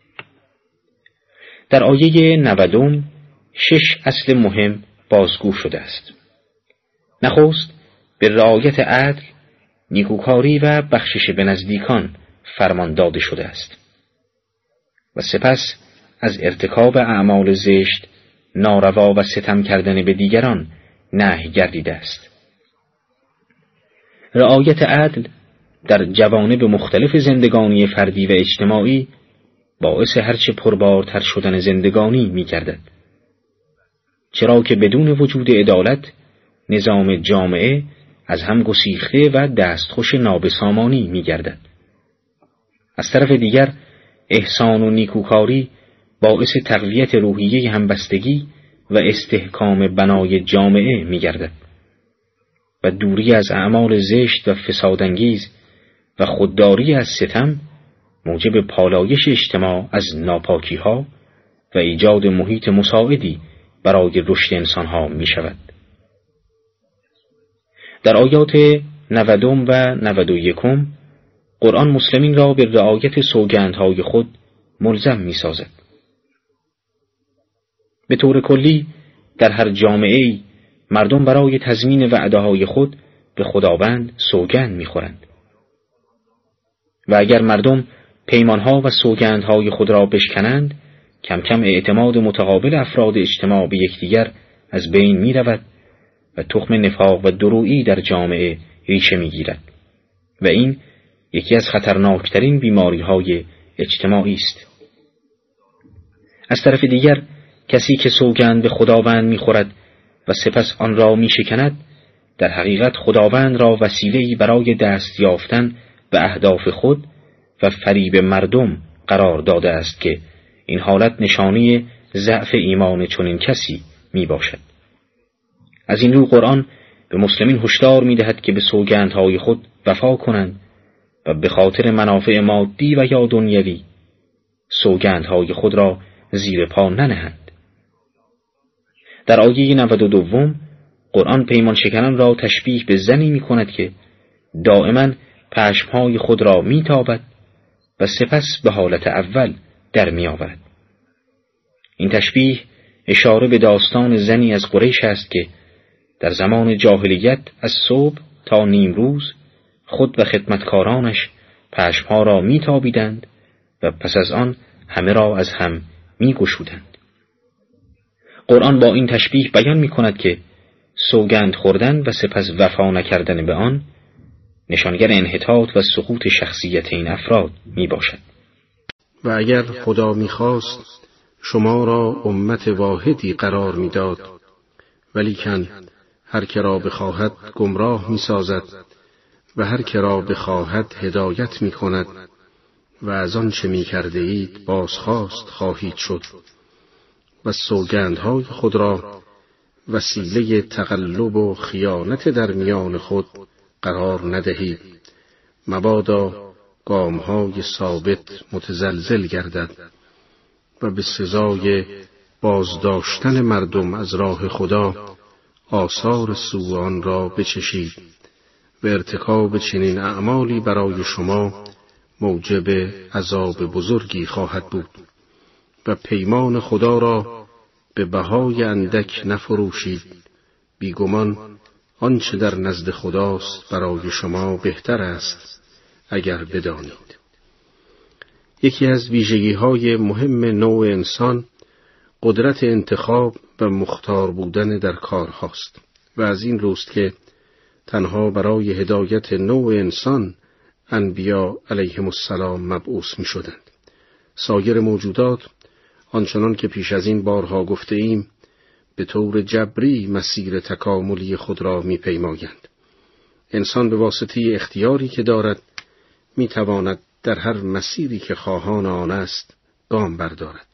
در آیه نودم شش اصل مهم بازگو شده است. نخست به رعایت عدل، نیکوکاری و بخشش به نزدیکان فرمان داده شده است و سپس از ارتکاب اعمال زشت، ناروا و ستم کردن به دیگران نهی گردیده است. رعایت عدل در جوانب مختلف زندگانی فردی و اجتماعی باعث هرچه پربارتر شدن زندگانی می گردد، چرا که بدون وجود عدالت نظام جامعه از هم گسیخته و دستخوش نابسامانی می گردد. از طرف دیگر احسان و نیکوکاری باعث تقویت روحیه همبستگی و استحکام بنای جامعه می گردد و دوری از اعمال زشت و فسادانگیز و خودداری از ستم موجب پالایش اجتماع از ناپاکی‌ها، و ایجاد محیط مساعدی برای رشد انسانها می شود. در آیات نود و نود و یک قرآن مسلمین را به رعایت سوگندهای خود ملزم می سازد. به طور کلی در هر جامعه‌ای مردم برای تضمین وعده‌های خود به خداوند سوگند می‌خورند. و اگر مردم پیمانها و سوگندهای خود را بشکنند، کم کم اعتماد متقابل افراد اجتماع به یکدیگر از بین می‌رود و تخم نفاق و درویی در جامعه ریشه می‌گیرد و این یکی از خطرناکترین بیماری‌های اجتماعی است. از طرف دیگر کسی که سوگند به خداوند می‌خورد و سپس آن را می‌شکند، در حقیقت خداوند را وسیله‌ای برای دست یافتن به اهداف خود و فریب مردم قرار داده است که این حالت نشانی ضعف ایمان چنین کسی میباشد. از این رو قرآن به مسلمین هشدار می‌دهد که به سوگندهای خود وفا کنند و به خاطر منافع مادی و یا دنیوی سوگندهای خود را زیر پا ننهند. در آیه نود و دو قرآن پیمان شکنان را تشبیه به زنی می کند که دائما پشمهای خود را می تابد و سپس به حالت اول در می آورد. این تشبیه اشاره به داستان زنی از قریش است که در زمان جاهلیت از صبح تا نیم روز خود و خدمتکارانش پشمها را می تابیدند و پس از آن همه را از هم می گشودند. قرآن با این تشبیه بیان می کند که سوگند خوردن و سپس وفا نکردن به آن نشانگر انحطاط و سقوط شخصیت این افراد می باشد. و اگر خدا می خواست شما را امت واحدی قرار می داد، ولیکن هر که را بخواهد گمراه می سازد و هر که را بخواهد هدایت می کند و از آن چه می کرده اید بازخواست خواهید شد و سوگندهای خود را وسیله تقلب و خیانت در میان خود قرار ندهید، مبادا گامهای ثابت متزلزل گردد و به سزای بازداشتن مردم از راه خدا آثار سوء آن را بچشید و ارتکاب چنین اعمالی برای شما موجب عذاب بزرگی خواهد بود و پیمان خدا را به بهای اندک نفروشید. بیگمان آنچه در نزد خداست برای شما بهتر است اگر بدانید. یکی از ویژگی‌های مهم نوع انسان قدرت انتخاب و مختار بودن در کارهاست و از این روست که تنها برای هدایت نوع انسان انبیا علیهم السلام مبعوث می شدند. سایر موجودات آنچنان که پیش از این بارها گفته ایم به طور جبری مسیر تکاملی خود را می پیمایند. انسان به واسطه اختیاری که دارد می تواند در هر مسیری که خواهان آن است گام بردارد.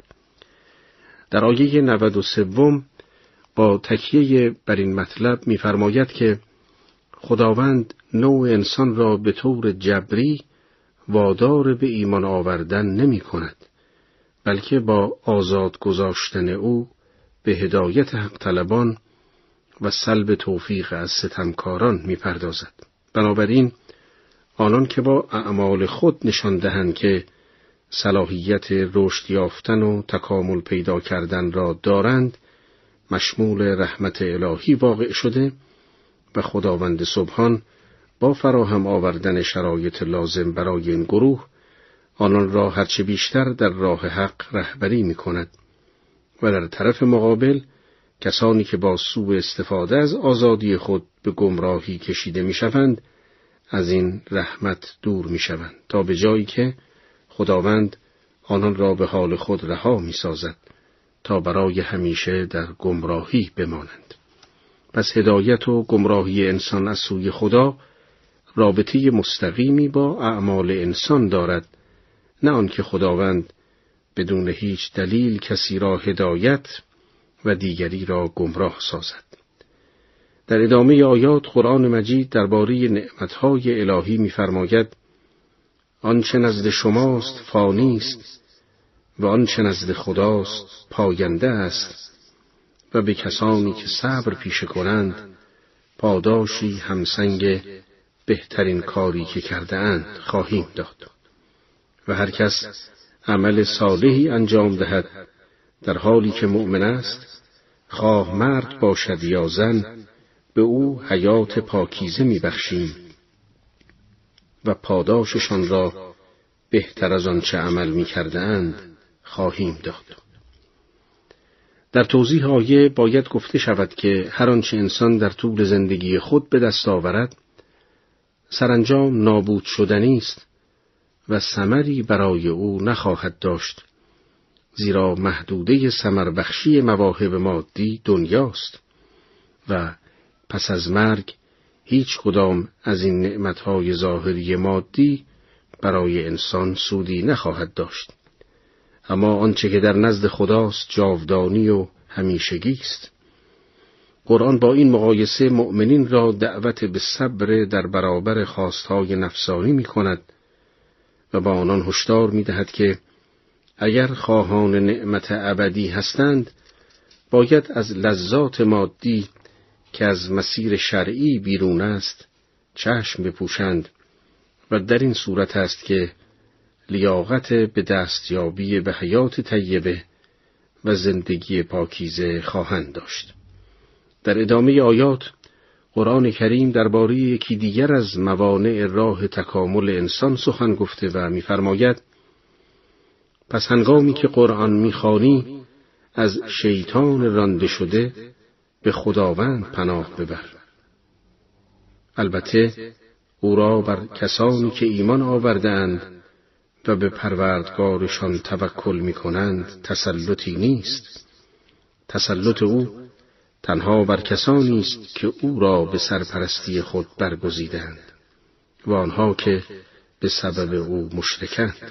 در آیه نود و سه با تکیه بر این مطلب می فرماید که خداوند نوع انسان را به طور جبری وادار به ایمان آوردن نمی کند، بلکه با آزاد گذاشتن او به هدایت حق طلبان و سلب توفیق از ستمکاران می پردازد. بنابراین آنان که با اعمال خود نشان دهند که صلاحیت رشد یافتن و تکامل پیدا کردن را دارند، مشمول رحمت الهی واقع شده و خداوند سبحان با فراهم آوردن شرایط لازم برای این گروه آنان را هرچه بیشتر در راه حق رهبری می کند و در طرف مقابل کسانی که با سوء استفاده از آزادی خود به گمراهی کشیده می شوند از این رحمت دور می شوند تا به جایی که خداوند آنان را به حال خود رها می سازد تا برای همیشه در گمراهی بمانند. پس هدایت و گمراهی انسان از سوی خدا رابطه مستقیمی با اعمال انسان دارد، نه آنکه خداوند بدون هیچ دلیل کسی را هدایت و دیگری را گمراه سازد. در ادامه آیات قرآن مجید درباره نعمتهای الهی می‌فرماید: آنچه نزد شماست فانی است و آنچه نزد خداست پاینده است و به کسانی که صبر پیشه کنند پاداشی همسنگ بهترین کاری که کرده اند خواهیم داد. و هر کس عمل صالحی انجام دهد در حالی که مؤمن است، خواه مرد باشد یا زن، به او حیات پاکیزه می بخشیم و پاداششان را بهتر از آنچه عمل می کرده اند خواهیم داد. در توضیح آیه باید گفته شود که هر آنچه انسان در طول زندگی خود به دست آورد سرانجام نابود شدنی است و ثمری برای او نخواهد داشت، زیرا محدوده ثمر بخشی مواهب مادی دنیاست و پس از مرگ هیچ کدام از این نعمتهای ظاهری مادی برای انسان سودی نخواهد داشت. اما آنچه که در نزد خداست جاودانی و همیشگی است. قرآن با این مقایسه مؤمنین را دعوت به صبر در برابر خواستهای نفسانی می کند و با آنان هشدار می دهد که اگر خواهان نعمت ابدی هستند باید از لذات مادی که از مسیر شرعی بیرون است چشم بپوشند و در این صورت است که لیاقت به دستیابی به حیات طیبه و زندگی پاکیزه خواهند داشت. در ادامه آیات قرآن کریم درباره یکی دیگر از موانع راه تکامل انسان سخن گفته و می‌فرماید: پس هنگامی که قرآن می‌خوانی از شیطان رانده شده به خداوند پناه ببر. البته او را بر کسانی که ایمان آورده‌اند و به پروردگارشان توکل می‌کنند تسلطی نیست. تسلط او تنها بر کسانی است که او را به سرپرستی خود برگزیدند و آنها که به سبب او مشرکند.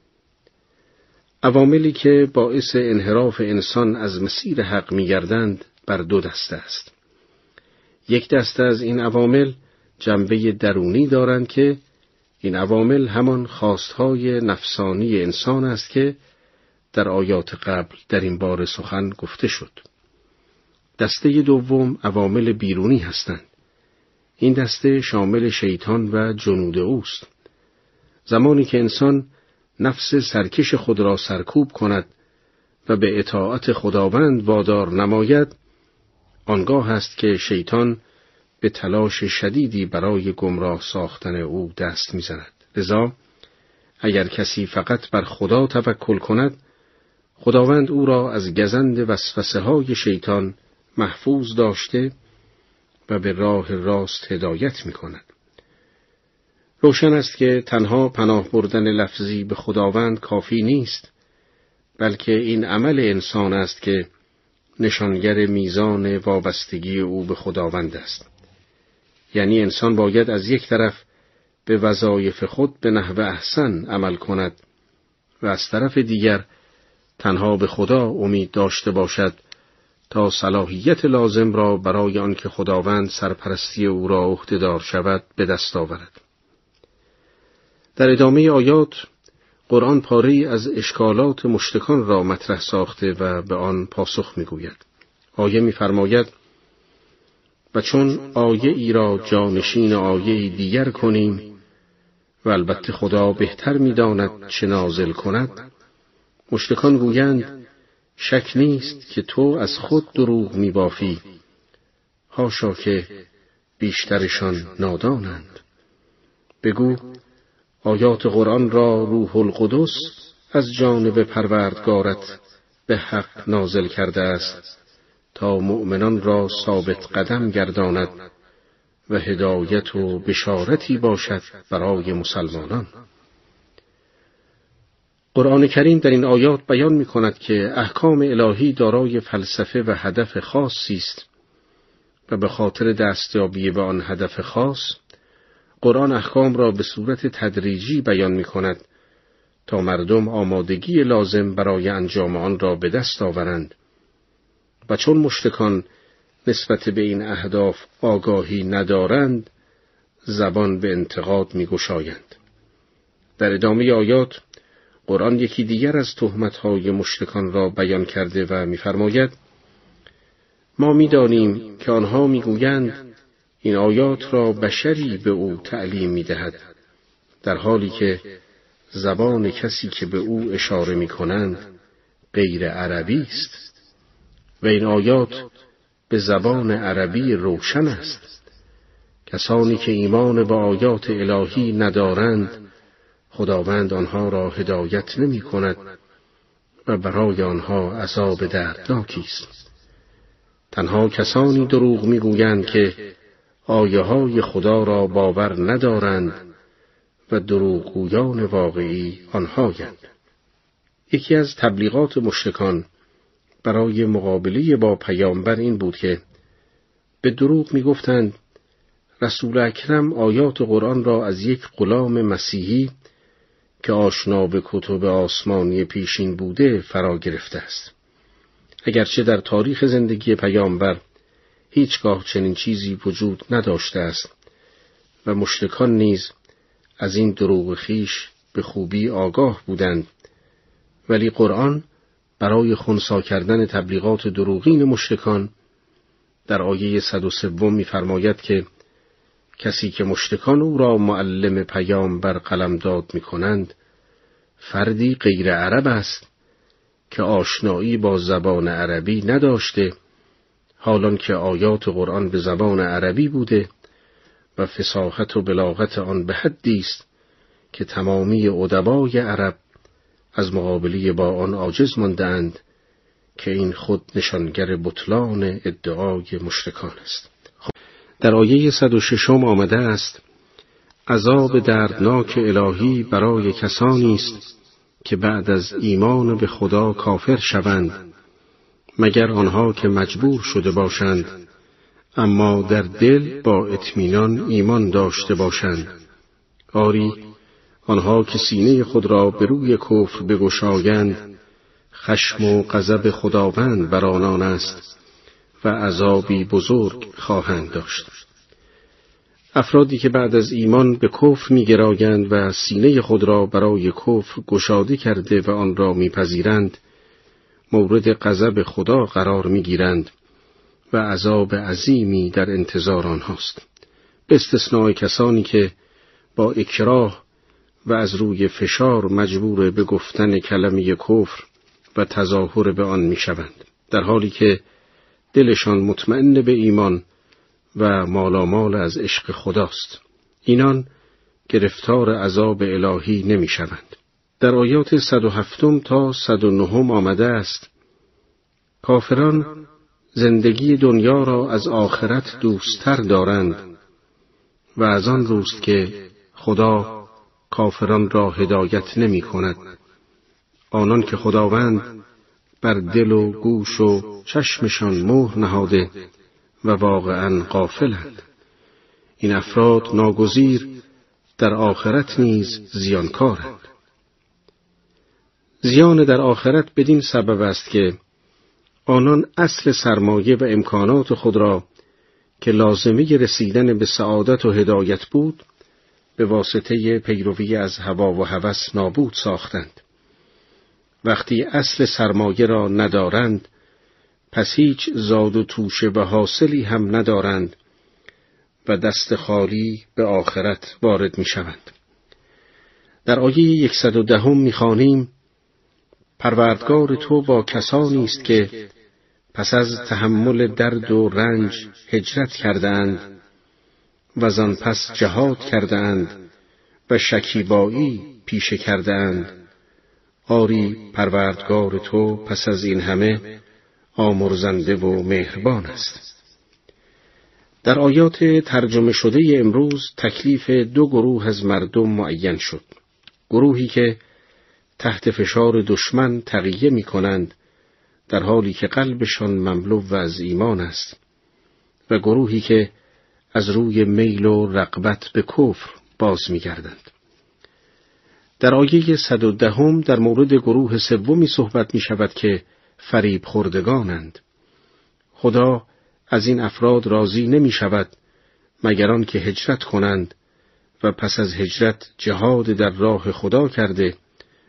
عواملی که باعث انحراف انسان از مسیر حق می‌گردند بر دو دسته است. یک دسته از این عوامل جنبه درونی دارند که این عوامل همان خواستهای نفسانی انسان است که در آیات قبل در این باره سخن گفته شد. دسته دوم عوامل بیرونی هستند. این دسته شامل شیطان و جنود اوست. زمانی که انسان نفس سرکش خود را سرکوب کند و به اطاعت خداوند وادار نماید، آنگاه است که شیطان به تلاش شدیدی برای گمراه ساختن او دست می‌زند. لذا اگر کسی فقط بر خدا توکل کند، خداوند او را از گزند وسوسه‌های شیطان محفوظ داشته و به راه راست هدایت می‌کند. روشن است که تنها پناه بردن لفظی به خداوند کافی نیست، بلکه این عمل انسان است که نشانگر میزان وابستگی او به خداوند است. یعنی انسان باید از یک طرف به وظایف خود به نحو احسن عمل کند و از طرف دیگر تنها به خدا امید داشته باشد تا صلاحیت لازم را برای آنکه خداوند سرپرستی او را عهده‌دار شود به دست آورد. در ادامه آیات قرآن پاره‌ای از اشکالات مشرکان را مطرح ساخته و به آن پاسخ می‌گوید. آیه می‌فرماید: و چون آیه ای را جانشین آیه دیگر کنیم و البته خدا بهتر می‌داند چه نازل کند، مشرکان گویند شک نیست که تو از خود دروغ می‌بافی، حاشا که بیشترشان نادانند. بگو آیات قرآن را روح القدس از جانب پروردگارت به حق نازل کرده است تا مؤمنان را ثابت قدم گرداند و هدایت و بشارتی باشد برای مسلمانان. قرآن کریم در این آیات بیان می کند که احکام الهی دارای فلسفه و هدف خاصی است و به خاطر دستیابی به آن هدف خاص قرآن احکام را به صورت تدریجی بیان می کند تا مردم آمادگی لازم برای انجام آن را به دست آورند و چون مشرکان نسبت به این اهداف آگاهی ندارند زبان به انتقاد می گشایند. در ادامه آیات قرآن یکی دیگر از تهمت‌های مشرکان را بیان کرده و می‌فرماید: ما می‌دانیم که آنها می‌گویند این آیات را بشری به او تعلیم می‌دهد، در حالی که زبان کسی که به او اشاره می‌کنند غیر عربی است و این آیات به زبان عربی روشن است. کسانی که ایمان به آیات الهی ندارند خداوند آنها را هدایت نمی کند و برای آنها عذاب دردناکی است. تنها کسانی دروغ می گویند که آیه های خدا را باور ندارند و دروغگویان واقعی آنهایند. یکی از تبلیغات مشرکان برای مقابله با پیامبر این بود که به دروغ می گفتند رسول اکرم آیات قرآن را از یک غلام مسیحی که آشنا به کتب آسمانی پیشین بوده فرا گرفته است. اگرچه در تاریخ زندگی پیامبر هیچگاه چنین چیزی وجود نداشته است و مشرکان نیز از این دروغ خویش به خوبی آگاه بودند، ولی قرآن برای خنثی کردن تبلیغات دروغین مشرکان در آیه صد و سه می‌فرماید که کسی که مشرکان او را معلم پیامبر قلمداد می‌کنند فردی غیر عرب است که آشنایی با زبان عربی نداشته، حالان که آیات قرآن به زبان عربی بوده و فصاحت و بلاغت آن به حدی است که تمامی ادبای عرب از مقابله با آن عاجز ماندند، که این خود نشانگر بطلان ادعای مشرکان است. در آیه صد و شش آمده است: عذاب دردناک الهی برای کسانی است که بعد از ایمان به خدا کافر شوند، مگر آنها که مجبور شده باشند اما در دل با اطمینان ایمان داشته باشند. آری آنها که سینه خود را به روی کفر بگشایند خشم و غضب خداوند بر آنان است و عذابی بزرگ خواهند داشت. افرادی که بعد از ایمان به کفر می‌گرایند و سینه خود را برای کفر گشاده کرده و آن را می‌پذیرند مورد غضب خدا قرار می‌گیرند و عذاب عظیمی در انتظار آنهاست، به استثناء کسانی که با اکراه و از روی فشار مجبور به گفتن کلمه کفر و تظاهر به آن می‌شوند، در حالی که دلشان مطمئن به ایمان و مالامال از عشق خداست. اینان گرفتار عذاب الهی نمی‌شوند. در آیات صد و هفت تا صد و نه آمده است: کافران زندگی دنیا را از آخرت دوست‌تر دارند و از آن روست که خدا کافران را هدایت نمی کند. آنان که خداوند بر دل و گوش و چشمشان مهر نهاده و واقعاً غافلند، این افراد ناگزیر در آخرت نیز زیانکارند. زیان در آخرت بدین سبب است که آنان اصل سرمایه و امکانات خود را که لازمه رسیدن به سعادت و هدایت بود به واسطه پیروی از هوا و هوس نابود ساختند. وقتی اصل سرمایه را ندارند پس هیچ زاد و توشه و حاصلی هم ندارند و دست خالی به آخرت وارد می شوند. در آیه صد و ده می خوانیم: پروردگار تو با کسانی است که پس از تحمل درد و رنج هجرت کردند و زان پس جهاد کردند و شکیبایی پیشه کردند. آری پروردگار تو پس از این همه آمرزنده و مهربان است. در آیات ترجمه شده امروز تکلیف دو گروه از مردم معین شد. گروهی که تحت فشار دشمن تقیه می کنند در حالی که قلبشان مملو از ایمان است و گروهی که از روی میل و رغبت به کفر باز می گردند. در آیه صد و دهم در مورد گروه سومی صحبت می شود که فریب خوردگانند. خدا از این افراد راضی نمی شود مگر آن که هجرت کنند و پس از هجرت جهاد در راه خدا کرده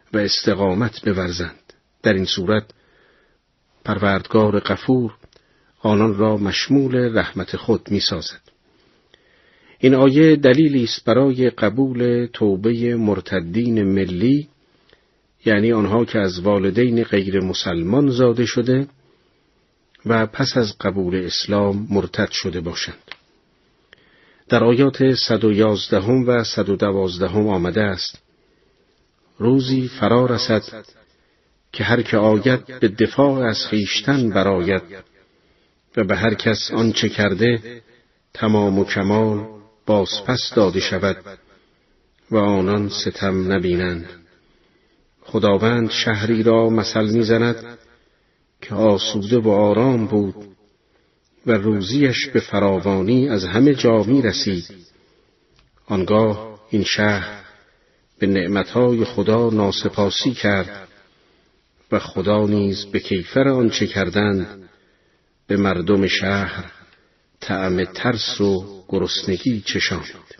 و استقامت بورزند. در این صورت پروردگار غفور آنان را مشمول رحمت خود می سازد. این آیه دلیلی است برای قبول توبه مرتدین ملی، یعنی آنها که از والدین غیر مسلمان زاده شده و پس از قبول اسلام مرتد شده باشند. در آیات صد و یازدهم و صد و دوازدهم آمده است: روزی فرا رسد که هر که آید به دفاع از خویشتن برآید و به هر کس آنچه کرده تمام و کمال بازپس داده شود و آنان ستم نبینند. خداوند شهری را مثل می‌زند که آسوده و آرام بود و روزیش به فراوانی از همه جا می رسید. آنگاه این شهر به نعمتهای خدا ناسپاسی کرد و خدا نیز به کیفر آنچه کردند به مردم شهر طعم ترس و گرسنگی چشاند.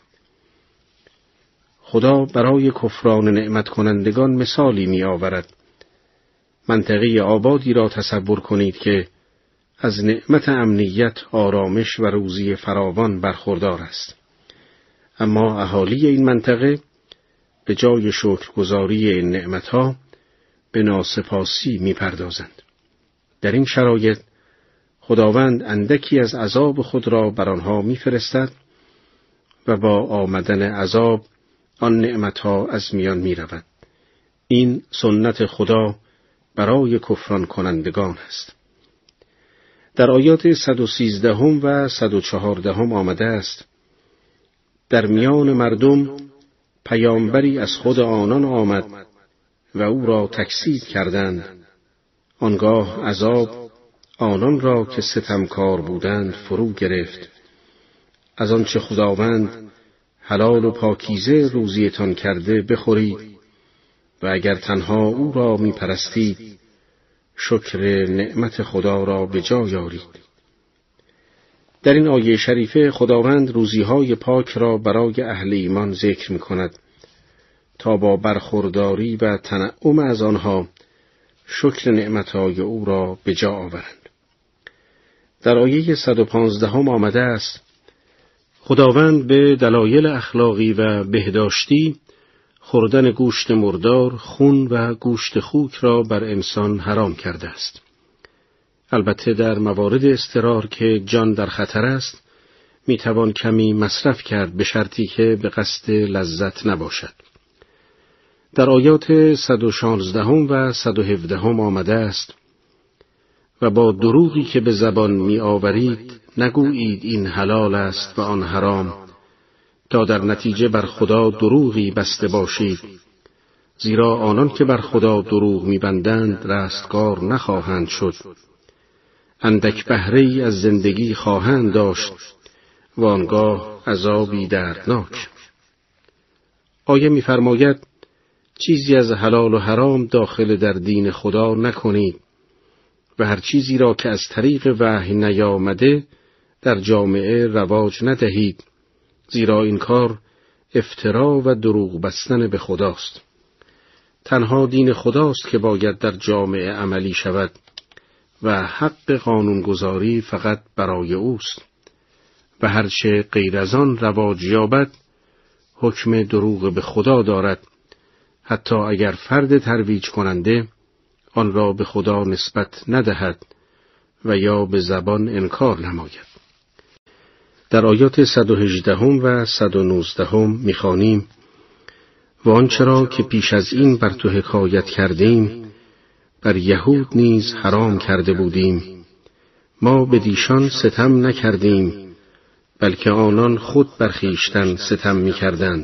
خدا برای کفران نعمت کنندگان مثالی می آورد. منطقه آبادی را تصور کنید که از نعمت امنیت، آرامش و روزی فراوان برخوردار است. اما اهالی این منطقه به جای شکرگزاری این نعمتها به ناسپاسی می پردازند. در این شرایط خداوند اندکی از عذاب خود را بر آنها می فرستد و با آمدن عذاب آن نعمتها از میان می رود. این سنت خدا برای کفران کنندگان است. در آیات صد و سیزدهم و صد و چهاردهم آمده است: در میان مردم پیامبری از خود آنان آمد و او را تکذیب کردند. آنگاه عذاب آنان را که ستمکار بودند فرو گرفت. از آنچه خداوند حلال و پاکیزه روزیتان کرده بخورید و اگر تنها او را می پرستید شکر نعمت خدا را به جای آورید. در این آیه شریفه خداوند روزیهای پاک را برای اهل ایمان ذکر می کند تا با برخورداری و تنعم از آنها شکر نعمتهای او را به جا آورند. در آیه صد و پانزدهم آمده است: خداوند به دلایل اخلاقی و بهداشتی خوردن گوشت مردار، خون و گوشت خوک را بر انسان حرام کرده است. البته در موارد اضطرار که جان در خطر است میتوان کمی مصرف کرد به شرطی که به قصد لذت نباشد. در آیات صد و شانزدهم و صد و هفدهم آمده است: و با دروغی که به زبان می آورید نگویید این حلال است و آن حرام، تا در نتیجه بر خدا دروغی بسته باشید، زیرا آنان که بر خدا دروغ می بندند رستگار نخواهند شد. اندک بهره‌ای از زندگی خواهند داشت و آنگاه عذابی دردناک. آیه می فرماید چیزی از حلال و حرام داخل در دین خدا نکنید و هر چیزی را که از طریق وحی نیامده در جامعه رواج ندهید، زیرا این کار افترا و دروغ بستن به خداست. تنها دین خداست که باید در جامعه عملی شود و حق قانونگذاری فقط برای اوست و هرچه غیر از آن رواج یابد حکم دروغ به خدا دارد، حتی اگر فرد ترویج کننده آن را به خدا نسبت ندهد و یا به زبان انکار نماید. در آیات صد و هجدهم و صد و نوزدهم می‌خوانیم: و آنچه را که پیش از این بر تو حکایت کردیم بر یهود نیز حرام کرده بودیم، ما به دیشان ستم نکردیم بلکه آنان خود بر خویشتن ستم می‌کردند.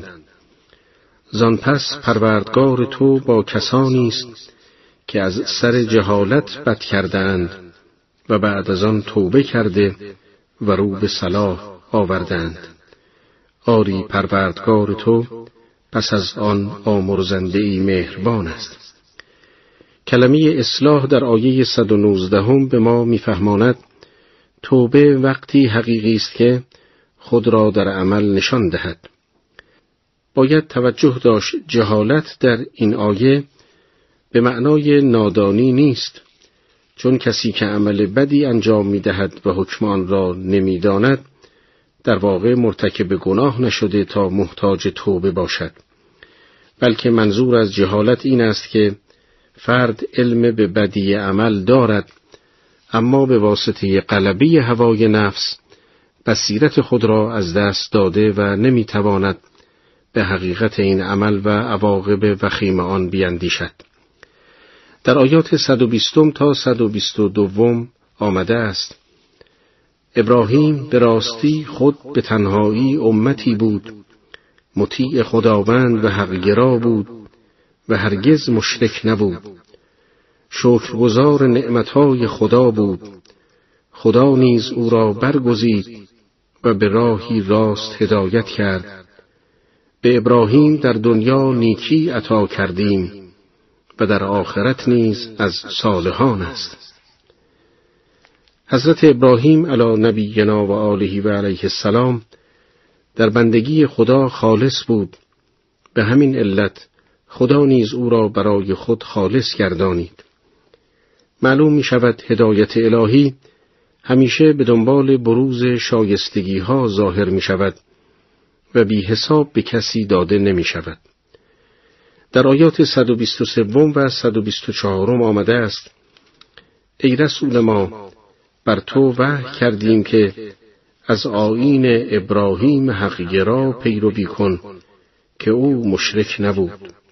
زان پس پروردگار تو با کسانی است که از سر جهالت بد کردند و بعد از آن توبه کرده و رو به صلاح آوردند. آری پروردگار تو پس از آن آمرزنده‌ای مهربان است. کلمه اصلاح در آیه صد و نوزدهم به ما می‌فهماند توبه وقتی حقیقی است که خود را در عمل نشان دهد. باید توجه داشت جهالت در این آیه به معنای نادانی نیست، چون کسی که عمل بدی انجام می‌دهد و حکم آن را نمی‌داند در واقع مرتکب گناه نشده تا محتاج توبه باشد، بلکه منظور از جهالت این است که فرد علم به بدی عمل دارد، اما به واسطه غلبه هوای نفس بصیرت خود را از دست داده و نمی‌تواند به حقیقت این عمل و عواقب وخیم آن بیندیشد. در آیات صد و بیست تا صد و بیست و دو آمده است: ابراهیم به راستی خود به تنهایی امتی بود، مطیع خداوند و حق‌گرا بود و هرگز مشرک نبود، شکرگزار نعمتهای خدا بود، خدا نیز او را برگزید و به راهی راست هدایت کرد. به ابراهیم در دنیا نیکی عطا کردیم و در آخرت نیز از صالحان است. حضرت ابراهیم علی نبینا و آله و علیه السلام در بندگی خدا خالص بود، به همین علت خدا نیز او را برای خود خالص گردانید. معلوم می شود هدایت الهی همیشه به دنبال بروز شایستگی ها ظاهر می شود و بی حساب به کسی داده نمی شود. در آیات صد و بیست و سه و صد و بیست و چهار آمده است: ای رسول ما، بر تو وحی کردیم که از آیین ابراهیم حق‌گرا پیروی کن که او مشرک نبود.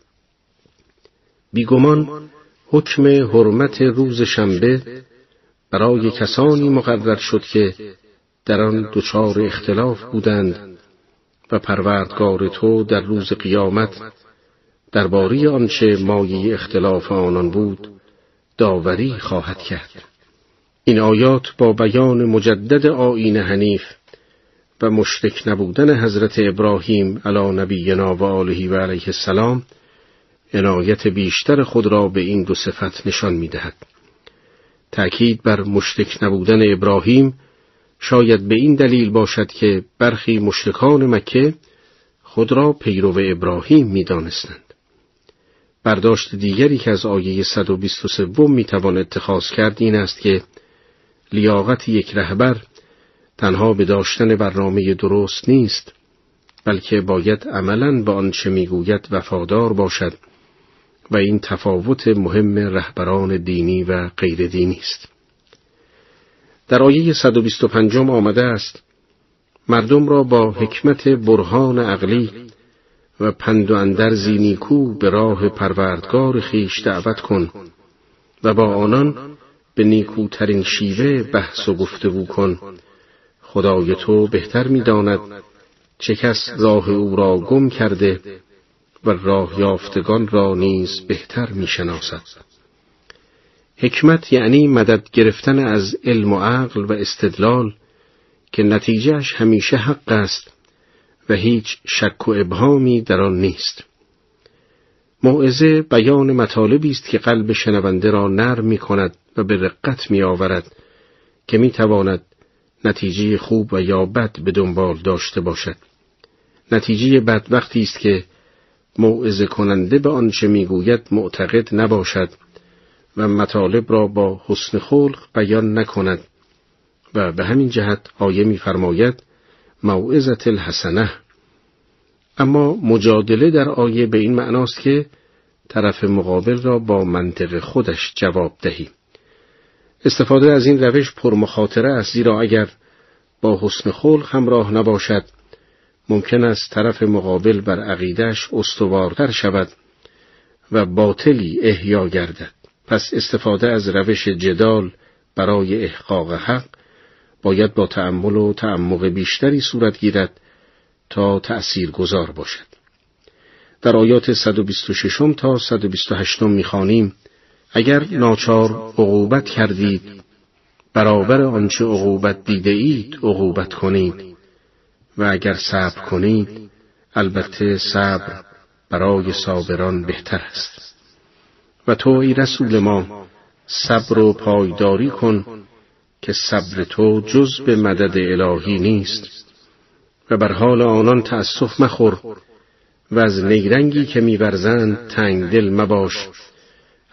بیگمان حکم حرمت روز شنبه برای کسانی مقرر شد که در آن دچار اختلاف بودند و پروردگار تو در روز قیامت درباره آنچه مایه اختلاف آنان بود داوری خواهد کرد. این آیات با بیان مجدد آیین حنیف و مشرک نبودن حضرت ابراهیم علی نبینا و آله و علیه السلام عنایت بیشتر خود را به این دو صفت نشان می‌دهد. تأکید بر مشرک نبودن ابراهیم شاید به این دلیل باشد که برخی مشرکان مکه خود را پیرو ابراهیم می‌دانستند. برداشت دیگری که از آیه صد و بیست و سه می‌توان اتخاذ کرد این است که لیاقت یک رهبر تنها به داشتن برنامه درست نیست، بلکه باید عملاً به آنچه میگوید وفادار باشد و این تفاوت مهم رهبران دینی و غیر دینی است. در آیه صد و بیست و پنج آمده است: مردم را با حکمت برهان عقلی و پند و اندرزی نیکو به راه پروردگار خویش دعوت کن و با آنان به نیکوترین شیوه بحث و گفتگو کن. خدای تو بهتر می‌داند چه کس راه او را گم کرده و راه یافتگان را نیز بهتر می‌شناسد. حکمت یعنی مدد گرفتن از علم و عقل و استدلال که نتیجهش همیشه حق است و هیچ شک و ابهامی در آن نیست. موعظه بیان مطالبی است که قلب شنونده را نرم می‌کند و به رقت می‌آورد که می‌تواند نتیجه خوب و یا بد به دنبال داشته باشد. نتیجه بد وقتی است که موعظه کننده به آنچه میگوید معتقد نباشد و مطالب را با حسن خلق بیان نکند و به همین جهت آیه می‌فرماید موعظة الحسنه. اما مجادله در آیه به این معناست که طرف مقابل را با منطق خودش جواب دهی. استفاده از این روش پرمخاطره است، زیرا اگر با حسن خلق همراه نباشد ممکن است طرف مقابل بر عقیده‌اش استوارتر شود و باطلی احیا گردد. پس استفاده از روش جدال برای احقاق حق باید با تأمل و تعمق بیشتری صورت گیرد تا تأثیر گذار باشد. در آیات صد و بیست و شش تا صد و بیست و هشت می‌خوانیم: اگر ناچار عقوبت کردید برابر آنچه عقوبت دیده اید عقوبت کنید و اگر صبر کنید البته صبر برای صابران بهتر است. و تو ای رسول ما صبر و پایداری کن که صبر تو جز به مدد الهی نیست و بر حال آنان تأسف مخور و از نیرنگی که می‌ورزند تنگ دل مباش،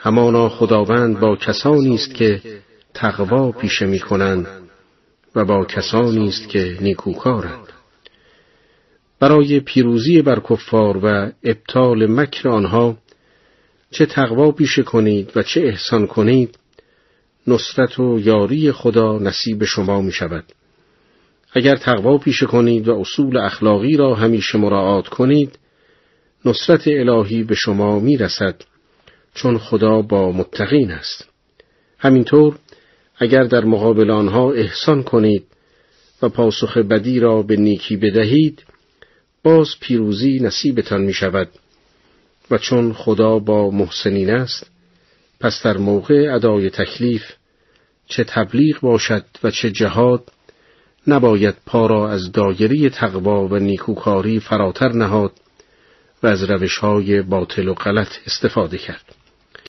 همانا خداوند با کسانی است که تقوا پیشه می‌کنند و با کسانی است که نیکوکارند. برای پیروزی بر کفار و ابطال مکر آنها چه تقوا پیشه کنید و چه احسان کنید، نصرت و یاری خدا نصیب شما می شود. اگر تقوا پیشه کنید و اصول اخلاقی را همیشه مراعات کنید، نصرت الهی به شما می رسد، چون خدا با متقین است. همینطور اگر در مقابل آنها احسان کنید و پاسخ بدی را به نیکی بدهید، باز پیروزی نصیبتان می شود و چون خدا با محسنین است، پس در موقع ادای تکلیف چه تبلیغ باشد و چه جهاد، نباید پا را از دایره تقوا و نیکوکاری فراتر نهاد و از روش‌های باطل و غلط استفاده کرد.